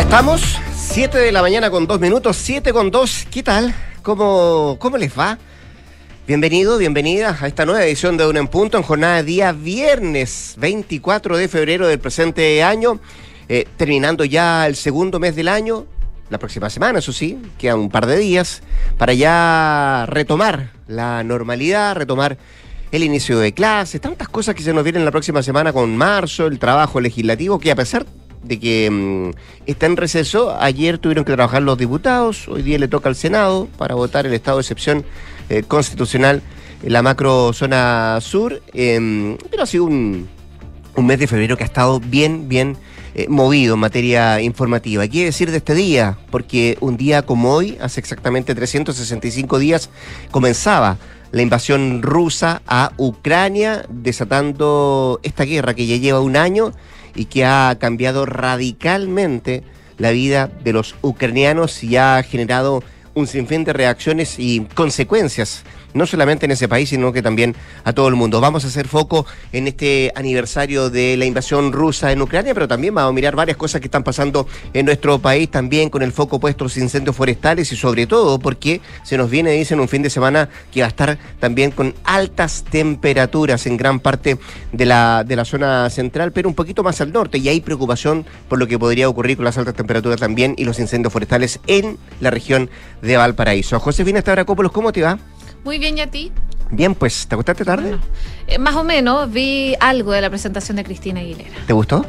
Ya estamos, 7 de la mañana con 2 minutos, 7 con 2. ¿Qué tal? ¿Cómo les va? Bienvenido, bienvenida a esta nueva edición de Una en Punto, en jornada de día viernes 24 de febrero del presente año, terminando ya el segundo mes del año, la próxima semana, eso sí, quedan un par de días, para ya retomar la normalidad, retomar el inicio de clases, tantas cosas que se nos vienen la próxima semana con marzo, el trabajo legislativo, que a pesar de que está en receso, ayer tuvieron que trabajar los diputados, hoy día le toca al Senado para votar el estado de excepción constitucional en la macro zona sur, pero ha sido un mes de febrero que ha estado bien movido en materia informativa. ¿Qué decir de este día? Porque un día como hoy, hace exactamente 365 días, comenzaba la invasión rusa a Ucrania, desatando esta guerra que ya lleva un año y que ha cambiado radicalmente la vida de los ucranianos y ha generado un sinfín de reacciones y consecuencias, no solamente en ese país, sino que también a todo el mundo. Vamos a hacer foco en este aniversario de la invasión rusa en Ucrania, pero también vamos a mirar varias cosas que están pasando en nuestro país, también con el foco puesto en los incendios forestales y sobre todo porque se nos viene, dicen, un fin de semana que va a estar también con altas temperaturas en gran parte de la zona central, pero un poquito más al norte, y hay preocupación por lo que podría ocurrir con las altas temperaturas también y los incendios forestales en la región de Valparaíso. Josefina Stavrakopoulos, ¿cómo te va? Muy bien, ¿y a ti? Bien, pues, ¿te acostaste tarde? Bueno, más o menos, vi algo de la presentación de Cristina Aguilera. ¿Te gustó?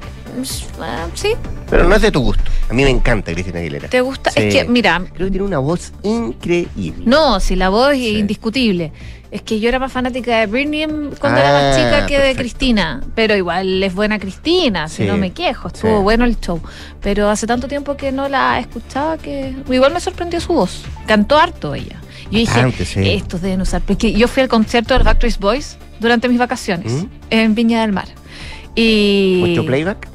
Sí. Pero no es de tu gusto. A mí me encanta Cristina Aguilera. ¿Te gusta? Sí. Es que, mira... Creo que tiene una voz increíble. No, si la voz es indiscutible. Es que yo era más fanática de Britney cuando era más chica que de Cristina. Pero igual es buena Cristina, si no me quejo. Estuvo bueno el show. Pero hace tanto tiempo que no la escuchaba que... Igual me sorprendió su voz. Cantó harto ella. Yo dije, estos deben usar... Porque yo fui al concierto de los Backstreet Boys durante mis vacaciones en Viña del Mar. Y... ¿Mucho playback?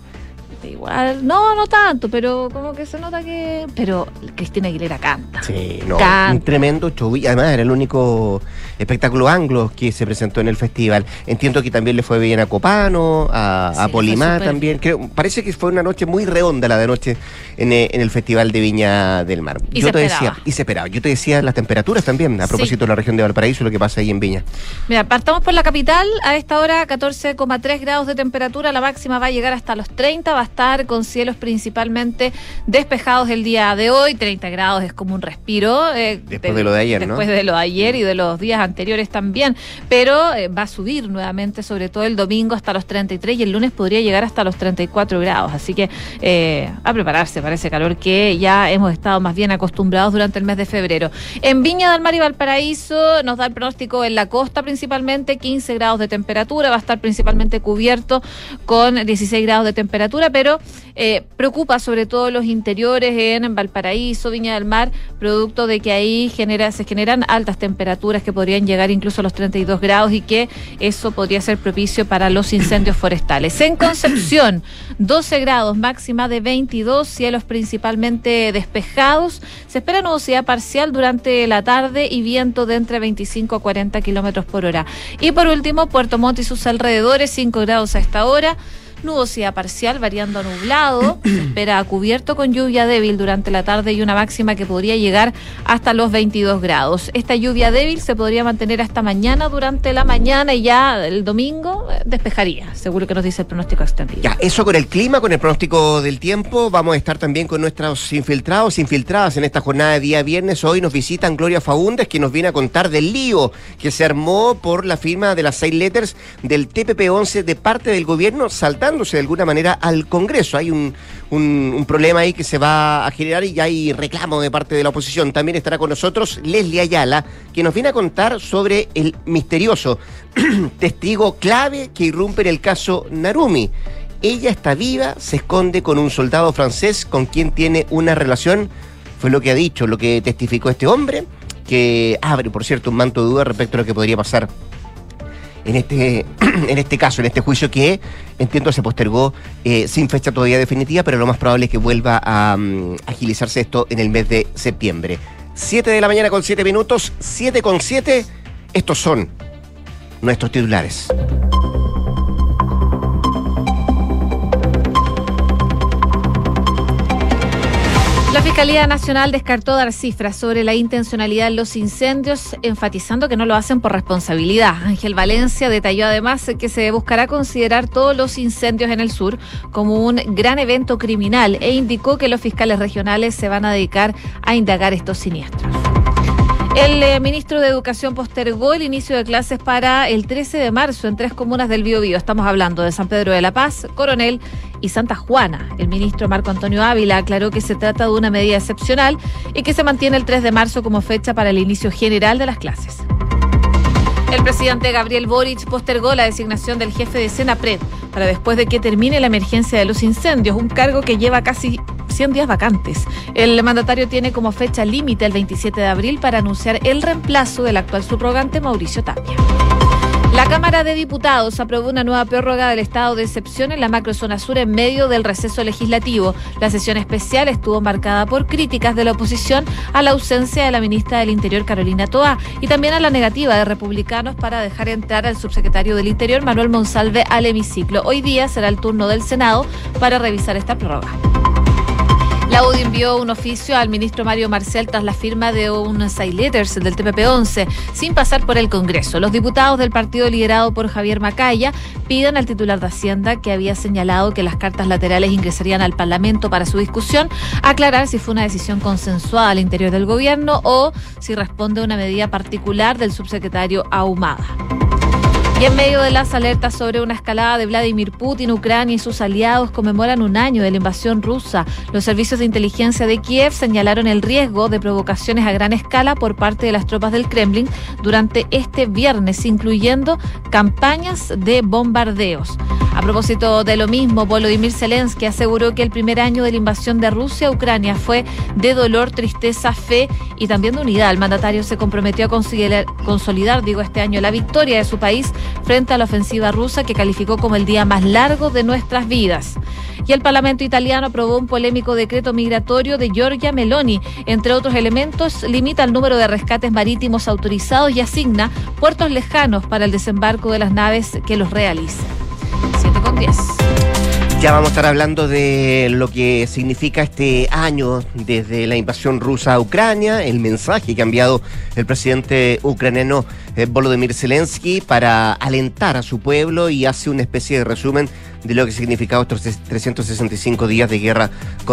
Igual, no tanto, pero como que se nota que... Pero Cristina Aguilera canta. Sí, no, canta. Un tremendo show. Y además era el único espectáculo anglo que se presentó en el festival. Entiendo que también le fue bien a Copano, a Polimá también. Creo, parece que fue una noche muy redonda la de noche en el Festival de Viña del Mar. Y se esperaba. Yo te decía las temperaturas también, a propósito de la región de Valparaíso, lo que pasa ahí en Viña. Mira, partamos por la capital. A esta hora 14,3 grados de temperatura. La máxima va a llegar hasta los 30. Va a estar con cielos principalmente despejados el día de hoy. 30 grados es como un respiro. Después de lo de ayer, después de lo de ayer y de los días anteriores también. Pero va a subir nuevamente, sobre todo el domingo, hasta los 33 y el lunes podría llegar hasta los 34 grados. Así que a prepararse para ese calor que ya hemos estado más bien acostumbrados durante el mes de febrero. En Viña del Mar y Valparaíso nos da el pronóstico en la costa principalmente 15 grados de temperatura. Va a estar principalmente cubierto con 16 grados de temperatura, pero preocupa sobre todo los interiores en Valparaíso, Viña del Mar, producto de que ahí se generan altas temperaturas que podrían llegar incluso a los 32 grados y que eso podría ser propicio para los incendios forestales. En Concepción, 12 grados, máxima de 22, cielos principalmente despejados. Se espera nubosidad parcial durante la tarde y viento de entre 25 a 40 kilómetros por hora. Y por último, Puerto Montt y sus alrededores, 5 grados a esta hora. Nubosidad parcial, variando a nublado, se espera cubierto con lluvia débil durante la tarde y una máxima que podría llegar hasta los 22 grados. Esta lluvia débil se podría mantener hasta mañana durante la mañana y ya el domingo despejaría, seguro que nos dice el pronóstico extendido. Ya, eso con el clima, con el pronóstico del tiempo. Vamos a estar también con nuestros infiltrados, infiltradas en esta jornada de día viernes. Hoy nos visitan Gloria Faúndez, que nos viene a contar del lío que se armó por la firma de las 6 letters del TPP-11 de parte del gobierno, saltándose de alguna manera al Congreso. Hay un problema ahí que se va a generar y ya hay reclamo de parte de la oposición. También estará con nosotros Leslie Ayala, que nos viene a contar sobre el misterioso testigo clave que irrumpe en el caso Narumi. Ella está viva, se esconde con un soldado francés con quien tiene una relación. Fue lo que ha dicho, lo que testificó este hombre, que abre, por cierto, un manto de duda respecto a lo que podría pasar en este caso, en este juicio que entiendo se postergó sin fecha todavía definitiva, pero lo más probable es que vuelva a agilizarse esto en el mes de septiembre. 7 de la mañana con 7 minutos, 7 con 7, estos son nuestros titulares. La Fiscalía Nacional descartó dar cifras sobre la intencionalidad en los incendios, enfatizando que no lo hacen por responsabilidad. Ángel Valencia detalló además que se buscará considerar todos los incendios en el sur como un gran evento criminal e indicó que los fiscales regionales se van a dedicar a indagar estos siniestros. El ministro de Educación postergó el inicio de clases para el 13 de marzo en 3 comunas del Biobío. Estamos hablando de San Pedro de la Paz, Coronel y Santa Juana. El ministro Marco Antonio Ávila aclaró que se trata de una medida excepcional y que se mantiene el 3 de marzo como fecha para el inicio general de las clases. El presidente Gabriel Boric postergó la designación del jefe de Senapred para después de que termine la emergencia de los incendios, un cargo que lleva casi 100 días vacantes. El mandatario tiene como fecha límite el 27 de abril para anunciar el reemplazo del actual subrogante Mauricio Tapia. La Cámara de Diputados aprobó una nueva prórroga del estado de excepción en la macrozona sur en medio del receso legislativo. La sesión especial estuvo marcada por críticas de la oposición a la ausencia de la ministra del Interior, Carolina Toá, y también a la negativa de republicanos para dejar entrar al subsecretario del Interior, Manuel Monsalve, al hemiciclo. Hoy día será el turno del Senado para revisar esta prórroga. La UDI envió un oficio al ministro Mario Marcel tras la firma de un side letters del TPP-11, sin pasar por el Congreso. Los diputados del partido liderado por Javier Macaya piden al titular de Hacienda, que había señalado que las cartas laterales ingresarían al Parlamento para su discusión, aclarar si fue una decisión consensuada al interior del gobierno o si responde a una medida particular del subsecretario Ahumada. Y en medio de las alertas sobre una escalada de Vladimir Putin, Ucrania y sus aliados conmemoran un año de la invasión rusa. Los servicios de inteligencia de Kiev señalaron el riesgo de provocaciones a gran escala por parte de las tropas del Kremlin durante este viernes, incluyendo campañas de bombardeos. A propósito de lo mismo, Volodymyr Zelensky aseguró que el primer año de la invasión de Rusia a Ucrania fue de dolor, tristeza, fe y también de unidad. El mandatario se comprometió a consolidar este año la victoria de su país frente a la ofensiva rusa, que calificó como el día más largo de nuestras vidas. Y el Parlamento italiano aprobó un polémico decreto migratorio de Giorgia Meloni. Entre otros elementos, limita el número de rescates marítimos autorizados y asigna puertos lejanos para el desembarco de las naves que los realicen. 7:10. Ya vamos a estar hablando de lo que significa este año desde la invasión rusa a Ucrania, el mensaje que ha enviado el presidente ucraniano Volodymyr Zelensky para alentar a su pueblo, y hace una especie de resumen de lo que significaba estos 365 días de guerra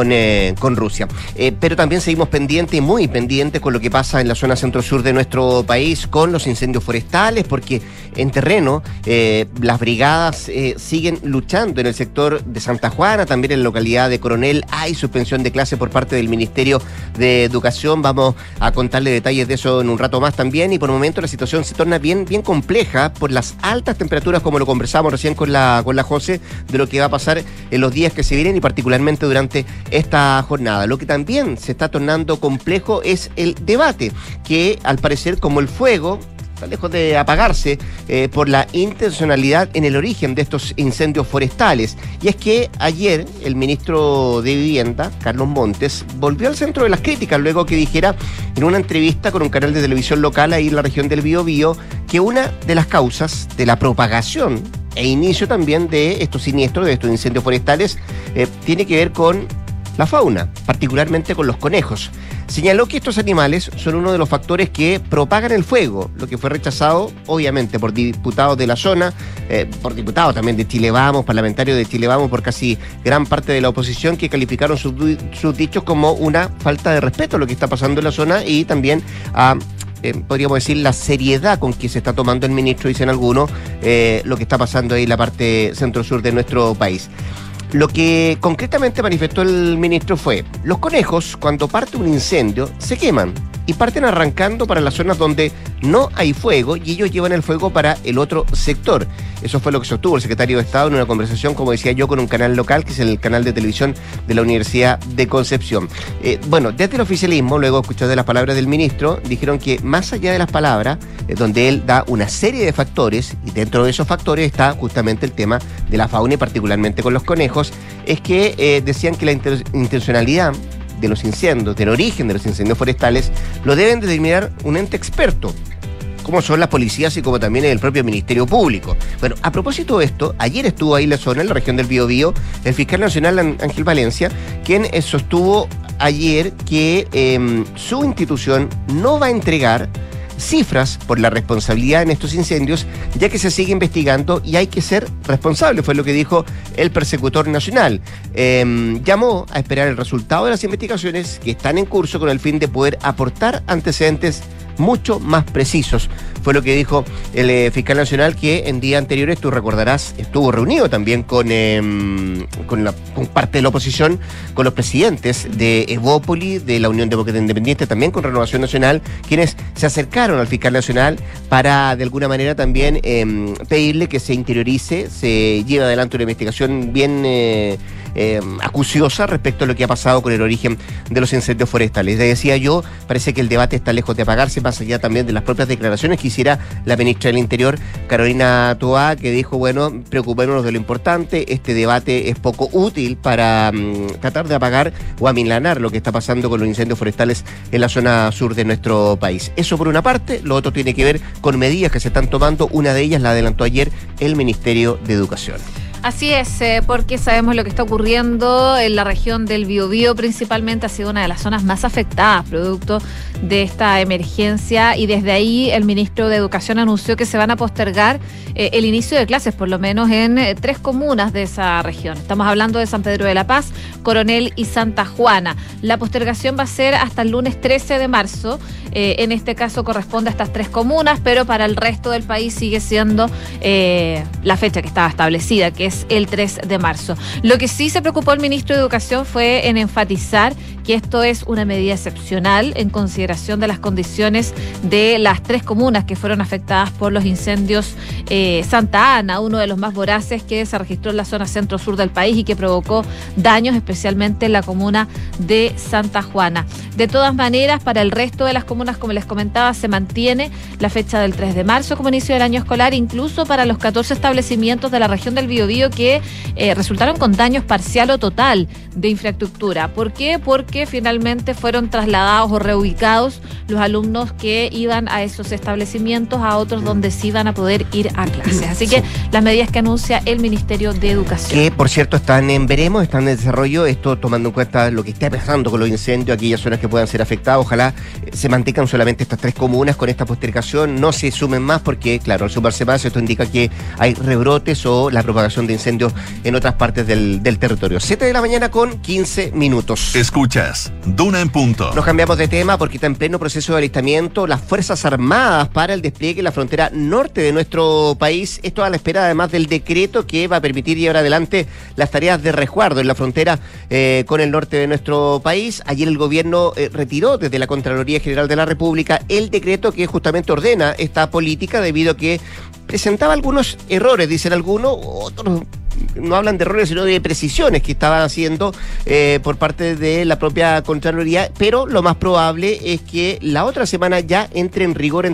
con Rusia. Pero también seguimos pendientes, muy pendientes, con lo que pasa en la zona centro-sur de nuestro país, con los incendios forestales, porque en terreno las brigadas siguen luchando en el sector de Santa Juana, también en la localidad de Coronel hay suspensión de clase por parte del Ministerio de Educación. Vamos a contarle detalles de eso en un rato más también, y por el momento la situación se torna bien compleja por las altas temperaturas, como lo conversamos recién con la José, de lo que va a pasar en los días que se vienen y particularmente durante esta jornada. Lo que también se está tornando complejo es el debate, que al parecer, como el fuego, está lejos de apagarse por la intencionalidad en el origen de estos incendios forestales. Y es que ayer el ministro de Vivienda, Carlos Montes, volvió al centro de las críticas luego que dijera en una entrevista con un canal de televisión local ahí en la región del Biobío que una de las causas de la propagación e inicio también de estos siniestros, de estos incendios forestales, tiene que ver con la fauna, particularmente con los conejos. Señaló que estos animales son uno de los factores que propagan el fuego, lo que fue rechazado obviamente por diputados de la zona, por diputados también de Chile Vamos, parlamentarios de Chile Vamos, por casi gran parte de la oposición, que calificaron sus dichos como una falta de respeto a lo que está pasando en la zona y también a podríamos decir la seriedad con que se está tomando el ministro, dicen algunos, lo que está pasando ahí en la parte centro-sur de nuestro país. Lo que concretamente manifestó el ministro fue: los conejos, cuando parte un incendio, se queman y parten arrancando para las zonas donde no hay fuego, y ellos llevan el fuego para el otro sector. Eso fue lo que sostuvo el secretario de Estado en una conversación, como decía yo, con un canal local, que es el canal de televisión de la Universidad de Concepción. Desde el oficialismo, luego de escuchar de las palabras del ministro, dijeron que más allá de las palabras, donde él da una serie de factores, y dentro de esos factores está justamente el tema de la fauna y particularmente con los conejos, es que decían que la intencionalidad de los incendios, del origen de los incendios forestales, lo deben determinar un ente experto, como son las policías y como también el propio Ministerio Público. Bueno, a propósito de esto, ayer estuvo ahí en la zona, en la región del Biobío, el fiscal nacional Ángel Valencia, quien sostuvo ayer que su institución no va a entregar cifras por la responsabilidad en estos incendios, ya que se sigue investigando y hay que ser responsable, fue lo que dijo el persecutor nacional. Llamó a esperar el resultado de las investigaciones que están en curso con el fin de poder aportar antecedentes mucho más precisos. Fue lo que dijo el fiscal nacional, que en días anteriores, tú recordarás, estuvo reunido también con parte de la oposición, con los presidentes de Evópoli, de la Unión Demócrata Independiente, también con Renovación Nacional, quienes se acercaron al fiscal nacional para de alguna manera también pedirle que se interiorice, se lleve adelante una investigación bien acuciosa respecto a lo que ha pasado con el origen de los incendios forestales. Le decía yo, parece que el debate está lejos de apagarse, más allá también de las propias declaraciones que hiciera la ministra del Interior, Carolina Toá, que dijo, bueno, preocupémonos de lo importante, este debate es poco útil para tratar de apagar o amilanar lo que está pasando con los incendios forestales en la zona sur de nuestro país. Eso por una parte. Lo otro tiene que ver con medidas que se están tomando, una de ellas la adelantó ayer el Ministerio de Educación. Así es, porque sabemos lo que está ocurriendo en la región del Biobío, principalmente ha sido una de las zonas más afectadas producto de esta emergencia, y desde ahí el ministro de Educación anunció que se van a postergar el inicio de clases, por lo menos en 3 comunas de esa región. Estamos hablando de San Pedro de la Paz, Coronel y Santa Juana. La postergación va a ser hasta el lunes 13 de marzo. En este caso corresponde a estas 3 comunas, pero para el resto del país sigue siendo la fecha que estaba establecida, que es el 3 de marzo. Lo que sí se preocupó el ministro de Educación fue en enfatizar que esto es una medida excepcional en consideración de las condiciones de las 3 comunas que fueron afectadas por los incendios Santa Ana, uno de los más voraces que se registró en la zona centro-sur del país y que provocó daños especialmente en la comuna de Santa Juana. De todas maneras, para el resto de las comunas, como les comentaba, se mantiene la fecha del 3 de marzo como inicio del año escolar, incluso para los 14 establecimientos de la región del Biobío que resultaron con daños parcial o total de infraestructura. ¿Por qué? Porque finalmente fueron trasladados o reubicados los alumnos que iban a esos establecimientos a otros donde sí iban a poder ir a clases. Así que las medidas que anuncia el Ministerio de Educación. Que, por cierto, están en veremos, están en desarrollo, esto tomando en cuenta lo que está pasando con los incendios, aquellas zonas que puedan ser afectadas. Ojalá se mantengan solamente estas 3 comunas con esta postergación, no se sumen más porque, claro, al sumarse más esto indica que hay rebrotes o la propagación de incendios en otras partes del territorio. 7 de la mañana con 15 minutos. Escuchas Duna en Punto. Nos cambiamos de tema porque está en pleno proceso de alistamiento las Fuerzas Armadas para el despliegue en la frontera norte de nuestro país. Esto a la espera además del decreto que va a permitir llevar adelante las tareas de resguardo en la frontera con el norte de nuestro país. Ayer el gobierno retiró desde la Contraloría General de la República el decreto que justamente ordena esta política debido a que presentaba algunos errores, dicen algunos, otros no hablan de errores sino de precisiones que estaban haciendo por parte de la propia Contraloría, pero lo más probable es que la otra semana ya entre en vigor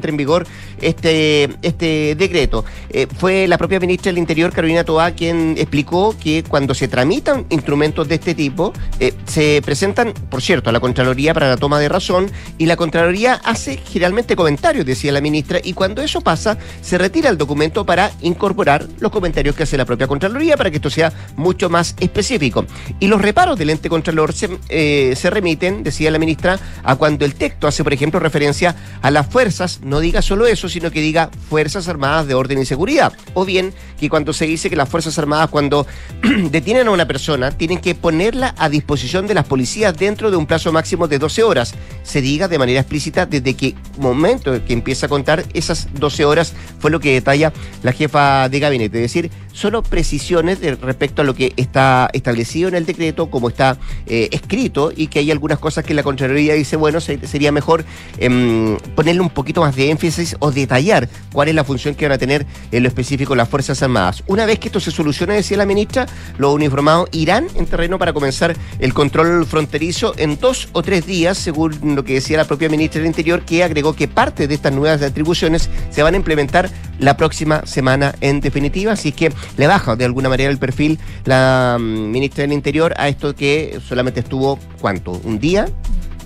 este decreto. Fue la propia ministra del Interior, Carolina Toá, quien explicó que cuando se tramitan instrumentos de este tipo, se presentan, por cierto, a la Contraloría para la toma de razón, y la Contraloría hace generalmente comentarios, decía la ministra, y cuando eso pasa, se retira el documento para incorporar los comentarios que hace la propia Contraloría para que esto sea mucho más específico. Y los reparos del ente Contralor se remiten, decía la ministra, a cuando el texto hace, por ejemplo, referencia a las fuerzas, no diga solo eso, sino que diga Fuerzas Armadas de Orden y Seguridad. O bien, que cuando se dice que las Fuerzas Armadas, cuando detienen a una persona, tienen que ponerla a disposición de las policías dentro de un plazo máximo de 12 horas. Se diga de manera explícita desde qué momento que empieza a contar esas 12 horas, fue lo que detalla la jefa de gabinete. Es decir, solo precisiones respecto a lo que está establecido en el decreto, como está escrito, y que hay algunas cosas que la Contraloría dice, bueno, sería mejor ponerle un poquito más de énfasis o detallar cuál es la función que van a tener en lo específico las Fuerzas Armadas. Una vez que esto se solucione, decía la ministra, los uniformados irán en terreno para comenzar el control fronterizo en 2 o 3 días, según lo que decía la propia ministra del Interior, que agregó que parte de estas nuevas atribuciones se van a implementar la próxima semana en definitiva, así que le baja de alguna manera el perfil la ministra del Interior a esto que solamente estuvo, ¿cuánto? ¿Un día?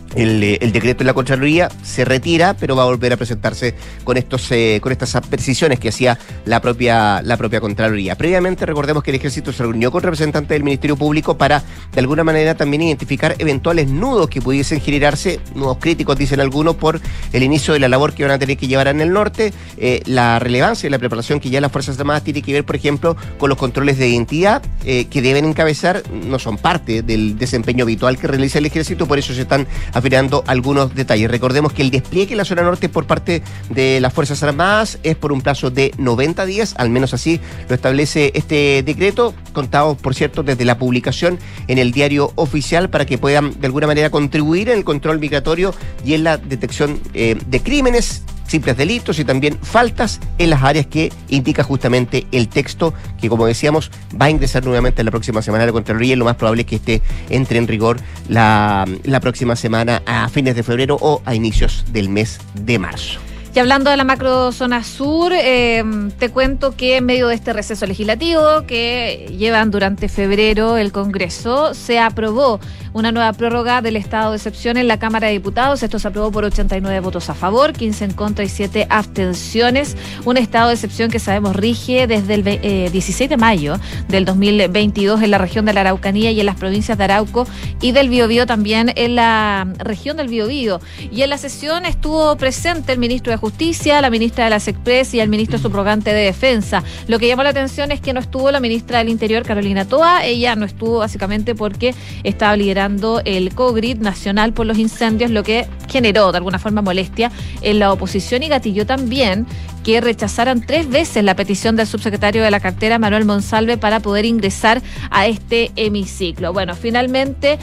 el decreto de la Contraloría se retira, pero va a volver a presentarse con estas precisiones que hacía la propia Contraloría. Previamente, recordemos que el Ejército se reunió con representantes del Ministerio Público para, de alguna manera, también identificar eventuales nudos que pudiesen generarse, nudos críticos, dicen algunos, por el inicio de la labor que van a tener que llevar en el norte. La relevancia y la preparación que ya las Fuerzas Armadas tiene que ver, por ejemplo, con los controles de identidad que deben encabezar, no son parte del desempeño habitual que realiza el Ejército, por eso se están afirmando algunos detalles. Recordemos que el despliegue en la zona norte por parte de las Fuerzas Armadas es por un plazo de 90 días, al menos así lo establece este decreto, contado, por cierto, desde la publicación en el diario oficial, para que puedan de alguna manera contribuir en el control migratorio y en la detección de crímenes, simples delitos y también faltas en las áreas que indica justamente el texto, que, como decíamos, va a ingresar nuevamente la próxima semana a la Contraloría, y lo más probable es que entre en rigor la próxima semana, a fines de febrero o a inicios del mes de marzo. Y hablando de la macrozona sur, te cuento que en medio de este receso legislativo que llevan durante febrero el Congreso, se aprobó una nueva prórroga del estado de excepción en la Cámara de Diputados. Esto se aprobó por 89 votos a favor, 15 en contra y 7 abstenciones. Un estado de excepción que sabemos rige desde el 16 de mayo del 2022 en la región de la Araucanía y en las provincias de Arauco y del Biobío, también en la región del Biobío. Y en la sesión estuvo presente el ministro de Justicia, la ministra de la SECPRES y el ministro subrogante de Defensa. Lo que llamó la atención es que no estuvo la ministra del Interior, Carolina Toa. Ella no estuvo básicamente porque estaba liderando el COGRID nacional por los incendios, lo que generó de alguna forma molestia en la oposición y gatilló también que rechazaran 3 veces la petición del subsecretario de la cartera, Manuel Monsalve, para poder ingresar a este hemiciclo. Bueno, finalmente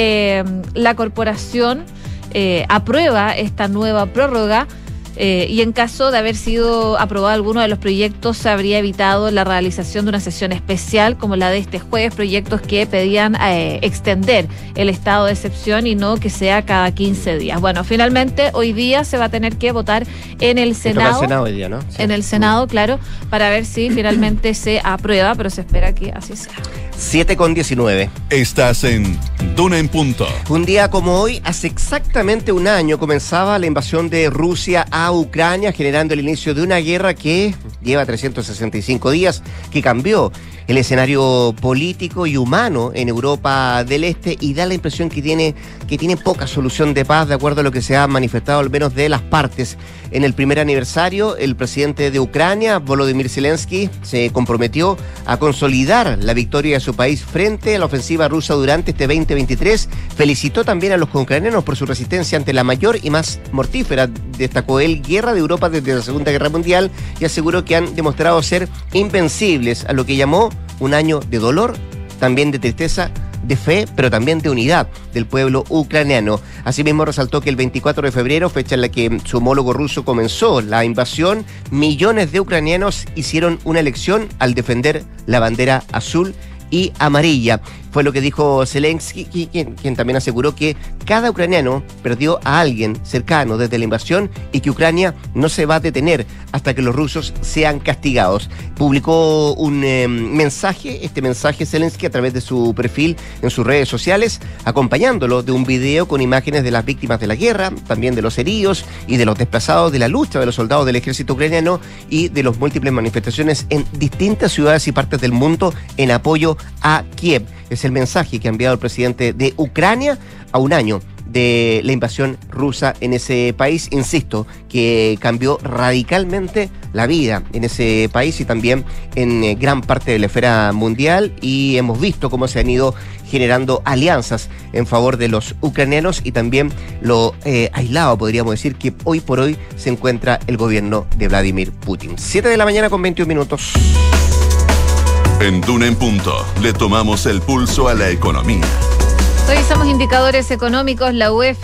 la corporación aprueba esta nueva prórroga. Y en caso de haber sido aprobado alguno de los proyectos, se habría evitado la realización de una sesión especial como la de este jueves, proyectos que pedían extender el estado de excepción y no que sea cada 15 días. Bueno, finalmente hoy día se va a tener que votar en el Senado. El Senado hoy día, ¿no? Sí. En el Senado, claro, para ver si finalmente se aprueba, pero se espera que así sea. 7:19. Estás en Duna en Punto. Un día como hoy, hace exactamente un año, comenzaba la invasión de Rusia a Ucrania, generando el inicio de una guerra que lleva 365 días, que cambió el escenario político y humano en Europa del Este y da la impresión que tiene poca solución de paz, de acuerdo a lo que se ha manifestado al menos de las partes. En el primer aniversario, el presidente de Ucrania, Volodymyr Zelensky, se comprometió a consolidar la victoria de su país frente a la ofensiva rusa durante este 2023. Felicitó también a los ucranianos por su resistencia ante la mayor y más mortífera, destacó él, guerra de Europa desde la Segunda Guerra Mundial, y aseguró que han demostrado ser invencibles, a lo que llamó un año de dolor, también de tristeza, de fe, pero también de unidad del pueblo ucraniano. Asimismo, resaltó que el 24 de febrero, fecha en la que su homólogo ruso comenzó la invasión, millones de ucranianos hicieron una elección al defender la bandera azul y amarilla. Fue lo que dijo Zelensky, quien también aseguró que cada ucraniano perdió a alguien cercano desde la invasión y que Ucrania no se va a detener hasta que los rusos sean castigados. Publicó un mensaje Zelensky a través de su perfil en sus redes sociales, acompañándolo de un video con imágenes de las víctimas de la guerra, también de los heridos y de los desplazados de la lucha de los soldados del ejército ucraniano y de las múltiples manifestaciones en distintas ciudades y partes del mundo en apoyo a Kiev. Es el mensaje que ha enviado el presidente de Ucrania a un año de la invasión rusa en ese país. Insisto, que cambió radicalmente la vida en ese país y también en gran parte de la esfera mundial, y hemos visto cómo se han ido generando alianzas en favor de los ucranianos y también lo aislado, podríamos decir, que hoy por hoy se encuentra el gobierno de Vladimir Putin. 7:21 a.m. En Duna en Punto le tomamos el pulso a la economía. Revisamos indicadores económicos. La UF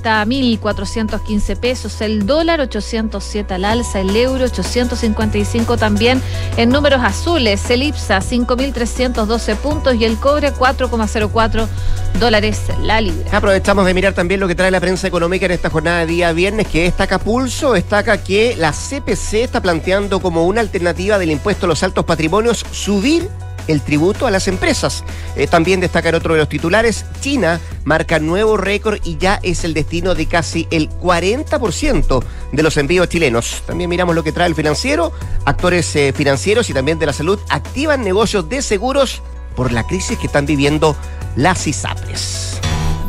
30.415 pesos, el dólar 807 al alza, el euro 855 también en números azules, el IPSA 5.312 puntos y el cobre 4,04 dólares la libra. Aprovechamos de mirar también lo que trae la prensa económica en esta jornada de día viernes, que destaca Pulso, destaca que la CPC está planteando como una alternativa del impuesto a los altos patrimonios subir el tributo a las empresas. También destacar otro de los titulares, China marca nuevo récord y ya es el destino de casi el 40% de los envíos chilenos. También miramos lo que trae el financiero, actores financieros y también de la salud activan negocios de seguros por la crisis que están viviendo las ISAPRES.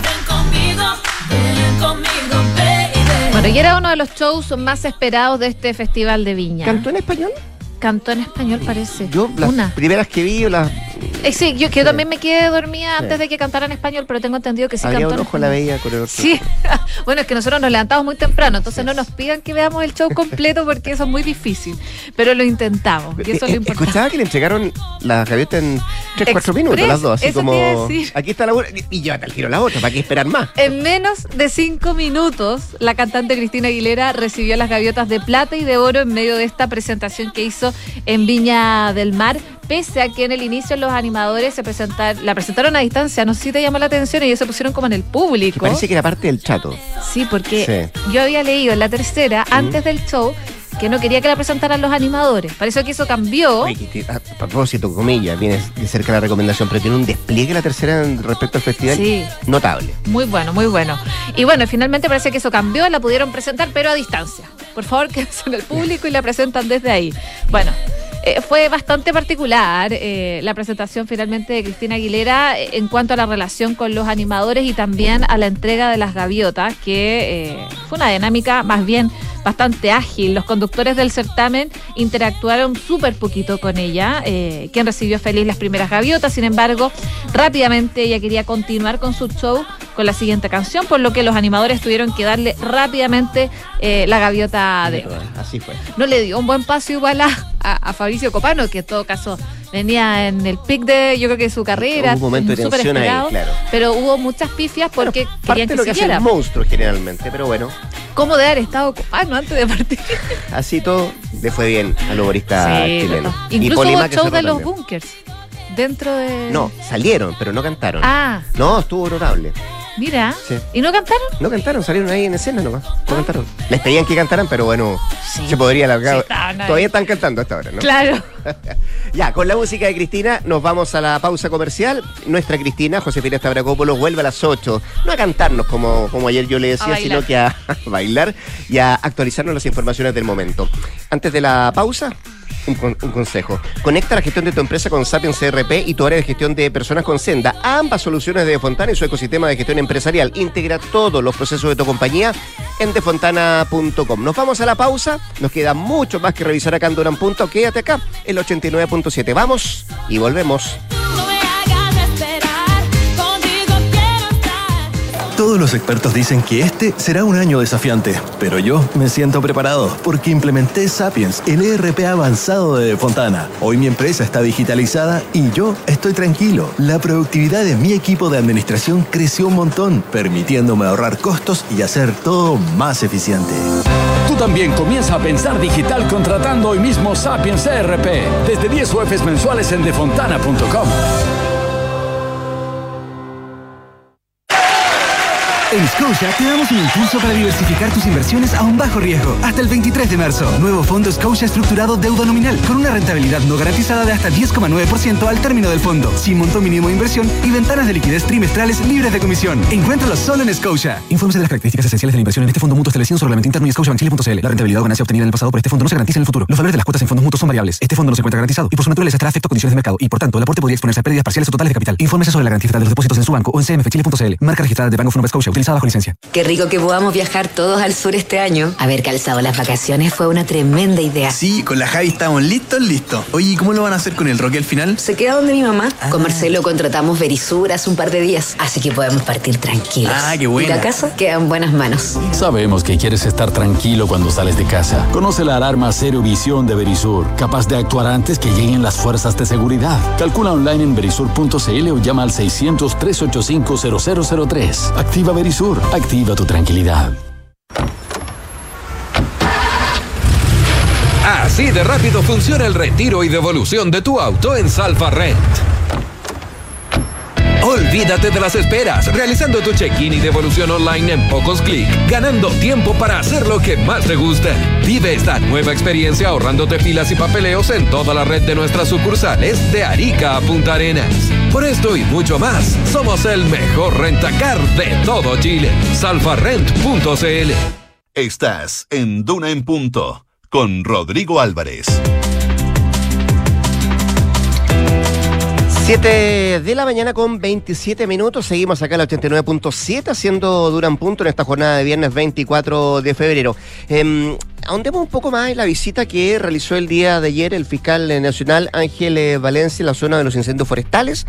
Ven conmigo, baby. Bueno, y era uno de los shows más esperados de este Festival de Viña. ¿Cantó en español? Cantó en español, parece. Yo las primeras que vi, las... Sí, yo también me quedé dormida antes de que cantara en español, pero tengo entendido que sí Habría cantó un en ojo la español. veía con el otro. Sí, bueno, es que nosotros nos levantamos muy temprano, entonces no nos pidan que veamos el show completo porque eso es muy difícil, pero lo intentamos y eso es lo importante. Escuchaba que le entregaron las gaviotas en 3-4 minutos, las dos, así eso como, te iba a decir. aquí está la una, y llévate al giro la otra, ¿para qué esperar más? En menos de 5 minutos, la cantante Cristina Aguilera recibió las gaviotas de plata y de oro en medio de esta presentación que hizo en Viña del Mar, pese a que en el inicio los animadores la presentaron a distancia. No sé si te llamó la atención, ellos se pusieron como en el público. Que parece que era parte del chato. Sí, porque yo había leído en la tercera, antes del show, que no quería que la presentaran los animadores. Parece que eso cambió. Oye, a propósito, comillas, viene de cerca la recomendación, pero tiene un despliegue la tercera respecto al festival notable. Muy bueno, muy bueno. Y bueno, finalmente parece que eso cambió, la pudieron presentar, pero a distancia. Por favor, quédense en el público y la presentan desde ahí. Bueno, fue bastante particular la presentación finalmente de Cristina Aguilera en cuanto a la relación con los animadores y también a la entrega de las gaviotas, que fue una dinámica más bien bastante ágil. Los conductores del certamen interactuaron súper poquito con ella, quien recibió feliz las primeras gaviotas. Sin embargo, rápidamente ella quería continuar con su show con la siguiente canción, por lo que los animadores tuvieron que darle rápidamente la gaviota de oro. Así fue. No le dio un buen paso igual a Fabricio Copano, que en todo caso venía en el pic de, yo creo que su carrera, un momento de tensión ahí, claro. Pero hubo muchas pifias porque querían que lo que siguiera. hace el monstruo generalmente, pero bueno. ¿Cómo de haber estado Copano antes de partir? Así todo le fue bien al humorista chileno. Incluso hubo show de los bunkers dentro de... No, salieron, pero no cantaron. Ah. No, estuvo notable. Mira. Sí. ¿Y no cantaron? No cantaron, salieron ahí en escena nomás. No cantaron. Les pedían que cantaran, pero bueno, se podría alargar. Sí, todavía están cantando hasta ahora, ¿no? Claro. Ya, con la música de Cristina nos vamos a la pausa comercial. Nuestra Cristina, Josefina Stavrakopoulos, vuelve a las 8. No a cantarnos como ayer yo le decía, sino que a bailar y a actualizarnos las informaciones del momento. Antes de la pausa, un consejo. Conecta la gestión de tu empresa con Sapiens CRP y tu área de gestión de personas con Senda. Ambas soluciones de Defontana y su ecosistema de gestión empresarial. Integra todos los procesos de tu compañía en defontana.com. Nos vamos a la pausa. Nos queda mucho más que revisar acá en Duna en Punto. Quédate acá, el 89.7. Vamos y volvemos. Todos los expertos dicen que este será un año desafiante, pero yo me siento preparado porque implementé Sapiens, el ERP avanzado de Defontana. Hoy mi empresa está digitalizada y yo estoy tranquilo. La productividad de mi equipo de administración creció un montón, permitiéndome ahorrar costos y hacer todo más eficiente. Tú también comienza a pensar digital contratando hoy mismo Sapiens ERP. Desde 10 UFs mensuales en defontana.com. En Scotia te damos un impulso para diversificar tus inversiones a un bajo riesgo. Hasta el 23 de marzo, nuevo fondo Scotia estructurado deuda nominal con una rentabilidad no garantizada de hasta 10,9% al término del fondo, sin monto mínimo de inversión y ventanas de liquidez trimestrales libres de comisión. Encuéntralo solo en Scotia. Infórmese de las características esenciales de la inversión en este fondo mutuo establecido en su reglamento interno y scotiabankchile.cl. La rentabilidad o ganancia obtenida en el pasado por este fondo no se garantiza en el futuro. Los valores de las cuotas en fondos mutuos son variables. Este fondo no se encuentra garantizado y por su naturaleza estará afecto a condiciones de mercado y por tanto el aporte podría exponerse a pérdidas parciales o totales de capital. Infórmese sobre la garantía estatal de los depósitos en su banco o en cmfchile.cl. Marca registrada de Bank of Nova Scotia, utilizada bajo licencia. Qué rico que podamos viajar todos al sur este año. Haber calzado las vacaciones fue una tremenda idea. Sí, con la Javi estamos listos. Oye, ¿y cómo lo van a hacer con el Roque al final? Se queda donde mi mamá. Con Marcelo contratamos Verisur hace un par de días, así que podemos partir tranquilos. Ah, qué buena. Y la casa queda en buenas manos. Sabemos que quieres estar tranquilo cuando sales de casa. Conoce la alarma Cero Visión de Verisur, capaz de actuar antes que lleguen las fuerzas de seguridad. Calcula online en verisur.cl o llama al 600-385-0003. Activa Verisur. Activa tu tranquilidad. Así de rápido funciona el retiro y devolución de tu auto en Salfa Rent. Olvídate de las esperas, realizando tu check-in y devolución online en pocos clics, ganando tiempo para hacer lo que más te gusta. Vive esta nueva experiencia ahorrándote filas y papeleos en toda la red de nuestras sucursales de Arica a Punta Arenas. Por esto y mucho más, somos el mejor rentacar de todo Chile. Salfarrent.cl. Estás en Duna en Punto con Rodrigo Álvarez. 7 de la mañana con 27 minutos. Seguimos acá en la 89.7 haciendo Duna en Punto en esta jornada de viernes 24 de febrero. Ahondemos un poco más en la visita que realizó el día de ayer el fiscal nacional Ángel Valencia en la zona de los incendios forestales.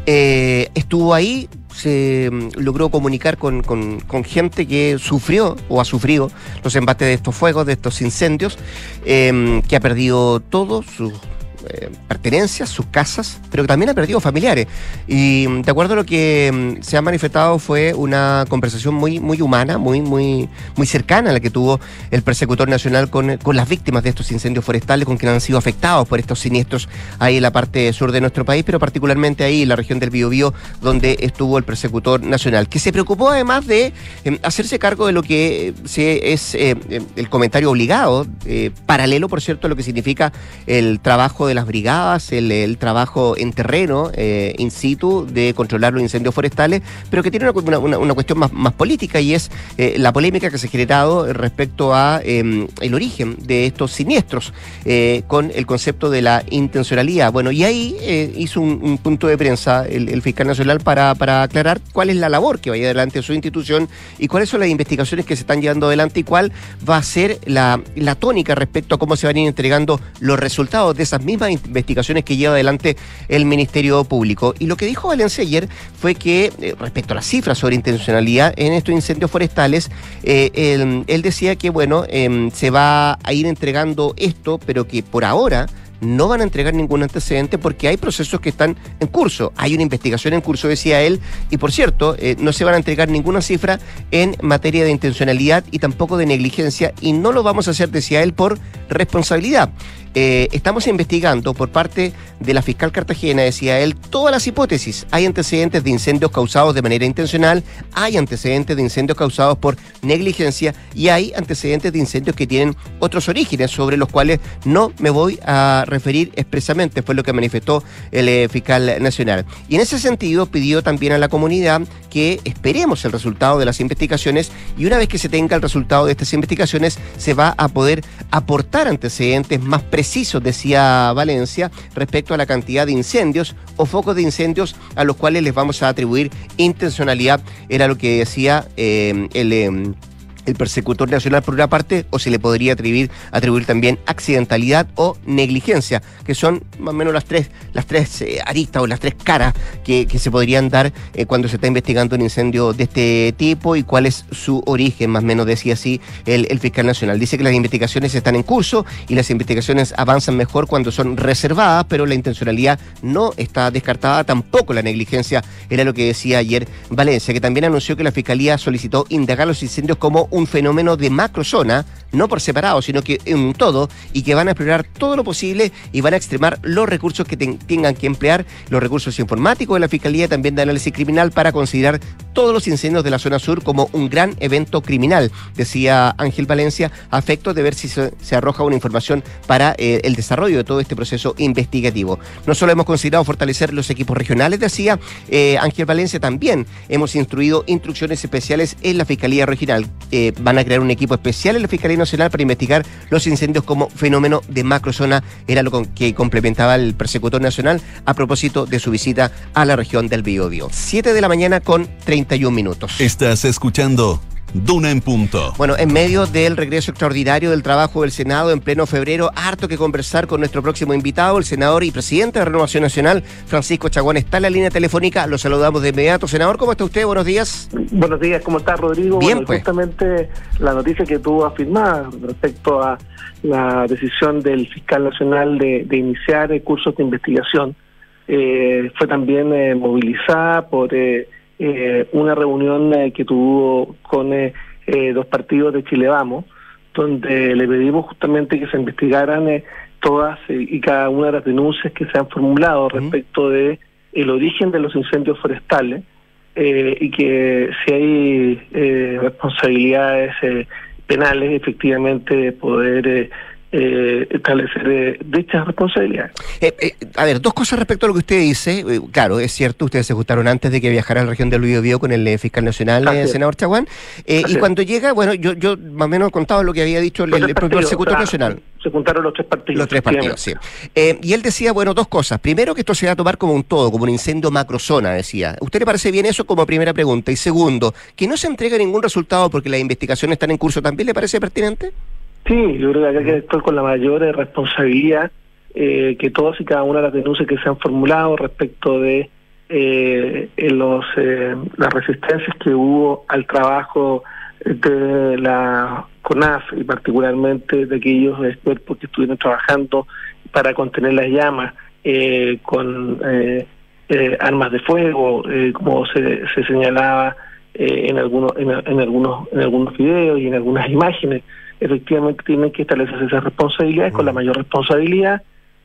Estuvo ahí, se logró comunicar con gente que sufrió o ha sufrido los embates de estos fuegos, de estos incendios, que ha perdido todo, sus pertenencias, sus casas, pero que también ha perdido familiares. Y de acuerdo a lo que se ha manifestado, fue una conversación muy humana, muy cercana a la que tuvo el persecutor nacional con las víctimas de estos incendios forestales, con quienes han sido afectados por estos siniestros ahí en la parte sur de nuestro país, pero particularmente ahí en la región del Biobío, donde estuvo el persecutor nacional, que se preocupó además de hacerse cargo de lo que es el comentario obligado, paralelo, por cierto, a lo que significa el trabajo de las brigadas, el trabajo en terreno, in situ, de controlar los incendios forestales, pero que tiene una cuestión más política, y es la polémica que se ha generado respecto a el origen de estos siniestros, con el concepto de la intencionalidad. Bueno, y ahí hizo un punto de prensa el fiscal nacional para aclarar cuál es la labor que vaya adelante su institución y cuáles son las investigaciones que se están llevando adelante y cuál va a ser la tónica respecto a cómo se van a ir entregando los resultados de esas mismas investigaciones que lleva adelante el Ministerio Público. Y lo que dijo Valencia ayer fue que, respecto a las cifras sobre intencionalidad en estos incendios forestales, él decía que, bueno, se va a ir entregando esto, pero que por ahora no van a entregar ningún antecedente porque hay procesos que están en curso. Hay una investigación en curso, decía él, y por cierto, no se van a entregar ninguna cifra en materia de intencionalidad y tampoco de negligencia, y no lo vamos a hacer, decía él, por responsabilidad. Estamos investigando por parte de la fiscal Cartagena, decía él, todas las hipótesis. Hay antecedentes de incendios causados de manera intencional, hay antecedentes de incendios causados por negligencia y hay antecedentes de incendios que tienen otros orígenes sobre los cuales no me voy a referir expresamente, fue lo que manifestó el fiscal nacional. Y en ese sentido pidió también a la comunidad que esperemos el resultado de las investigaciones, y una vez que se tenga el resultado de estas investigaciones se va a poder aportar antecedentes más precisos, decía Valencia, respecto a la cantidad de incendios o focos de incendios a los cuales les vamos a atribuir intencionalidad, era lo que decía el persecutor nacional por una parte, o se le podría atribuir también accidentalidad o negligencia, que son más o menos las tres aristas o las tres caras que se podrían dar cuando se está investigando un incendio de este tipo y cuál es su origen, más o menos decía así el fiscal nacional. Dice que las investigaciones están en curso y las investigaciones avanzan mejor cuando son reservadas, pero la intencionalidad no está descartada, tampoco la negligencia, era lo que decía ayer Valencia, que también anunció que la Fiscalía solicitó indagar los incendios como un fenómeno de macrozona, no por separado, sino que en un todo, y que van a explorar todo lo posible y van a extremar los recursos que tengan que emplear, los recursos informáticos de la Fiscalía, también de análisis criminal, para considerar todos los incendios de la zona sur como un gran evento criminal, decía Ángel Valencia, a efectos de ver si se arroja una información para el desarrollo de todo este proceso investigativo. No solo hemos considerado fortalecer los equipos regionales, decía Ángel Valencia, también hemos instruido instrucciones especiales en la Fiscalía Regional. Van a crear un equipo especial en la Fiscalía Nacional para investigar los incendios como fenómeno de macrozona, era lo que complementaba el persecutor nacional a propósito de su visita a la región del Biobío. 7 de la mañana con 31 minutos. Estás escuchando Duna en Punto. Bueno, en medio del regreso extraordinario del trabajo del Senado en pleno febrero, harto que conversar con nuestro próximo invitado, el senador y presidente de Renovación Nacional, Francisco Chagüán, está en la línea telefónica. Lo saludamos de inmediato. Senador, ¿cómo está usted? Buenos días. Buenos días, ¿cómo está, Rodrigo? Bien, bueno, pues. Justamente la noticia que tú afirmabas respecto a la decisión del fiscal nacional de iniciar cursos de investigación fue también movilizada por una reunión que tuvo con dos partidos de Chile Vamos, donde le pedimos justamente que se investigaran todas y cada una de las denuncias que se han formulado respecto de el origen de los incendios forestales y que si hay responsabilidades penales, efectivamente poder establecer dichas responsabilidades. A ver, dos cosas respecto a lo que usted dice. Claro, es cierto, ustedes se juntaron antes de que viajara a la región del Biobío con el fiscal nacional, senador Chaguán, y cuando llega, bueno, yo más o menos contaba lo que había dicho el propio persecutor nacional. Se juntaron los tres partidos. Los tres partidos, sí. Y él decía, bueno, dos cosas. Primero, que esto se va a tomar como un todo, como un incendio macrozona, decía. ¿Usted le parece bien eso como primera pregunta? Y segundo, que no se entregue ningún resultado porque las investigaciones están en curso, ¿también le parece pertinente? Sí, yo creo que acá hay que actuar con la mayor responsabilidad, que todas y cada una de las denuncias que se han formulado respecto de las resistencias que hubo al trabajo de la CONAF y particularmente de aquellos expertos que estuvieron trabajando para contener las llamas con armas de fuego, como se señalaba en algunos videos y en algunas imágenes. Efectivamente tienen que establecerse esas responsabilidades con la mayor responsabilidad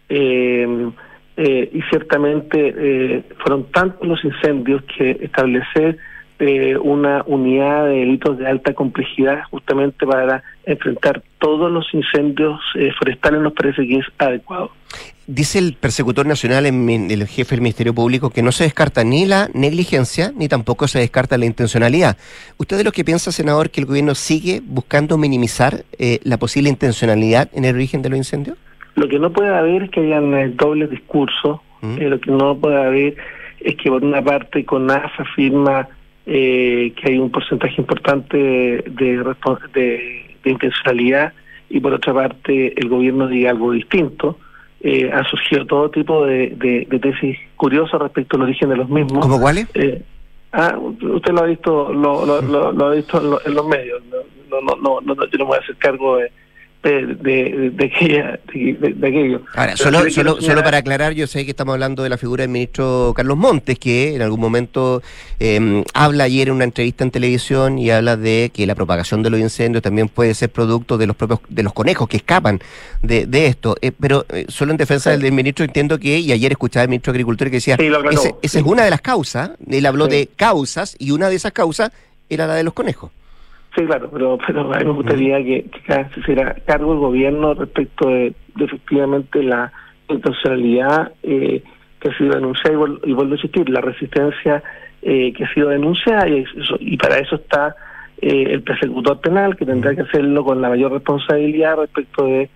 y ciertamente fueron tantos los incendios que establecer una unidad de delitos de alta complejidad justamente para enfrentar todos los incendios forestales nos parece que es adecuado. Dice el persecutor nacional, el jefe del Ministerio Público, que no se descarta ni la negligencia ni tampoco se descarta la intencionalidad. ¿Usted de lo que piensa, senador, que el gobierno sigue buscando minimizar la posible intencionalidad en el origen de los incendios? Lo que no puede haber es que hayan dobles discursos. Lo que no puede haber es que por una parte CONAF afirma que hay un porcentaje importante de intencionalidad y por otra parte el gobierno diga algo distinto. Han surgido todo tipo de tesis curiosas respecto al origen de los mismos. ¿Cómo cuáles? Usted lo ha visto, lo ha visto en los medios. Yo no me voy a hacer cargo de aquello. Ahora, solo para aclarar, yo sé que estamos hablando de la figura del ministro Carlos Montes, que en algún momento habla ayer en una entrevista en televisión y habla de que la propagación de los incendios también puede ser producto de los conejos que escapan de esto. Pero solo en defensa del ministro entiendo que, y ayer escuchaba al ministro de Agricultura que decía, esa es una de las causas, él habló de causas y una de esas causas era la de los conejos. Sí, claro, pero a mí me gustaría que se hiciera cargo el gobierno respecto de efectivamente la intencionalidad que ha sido denunciada y vuelve a existir, la resistencia que ha sido denunciada y para eso está el persecutor penal que tendrá que hacerlo con la mayor responsabilidad respecto de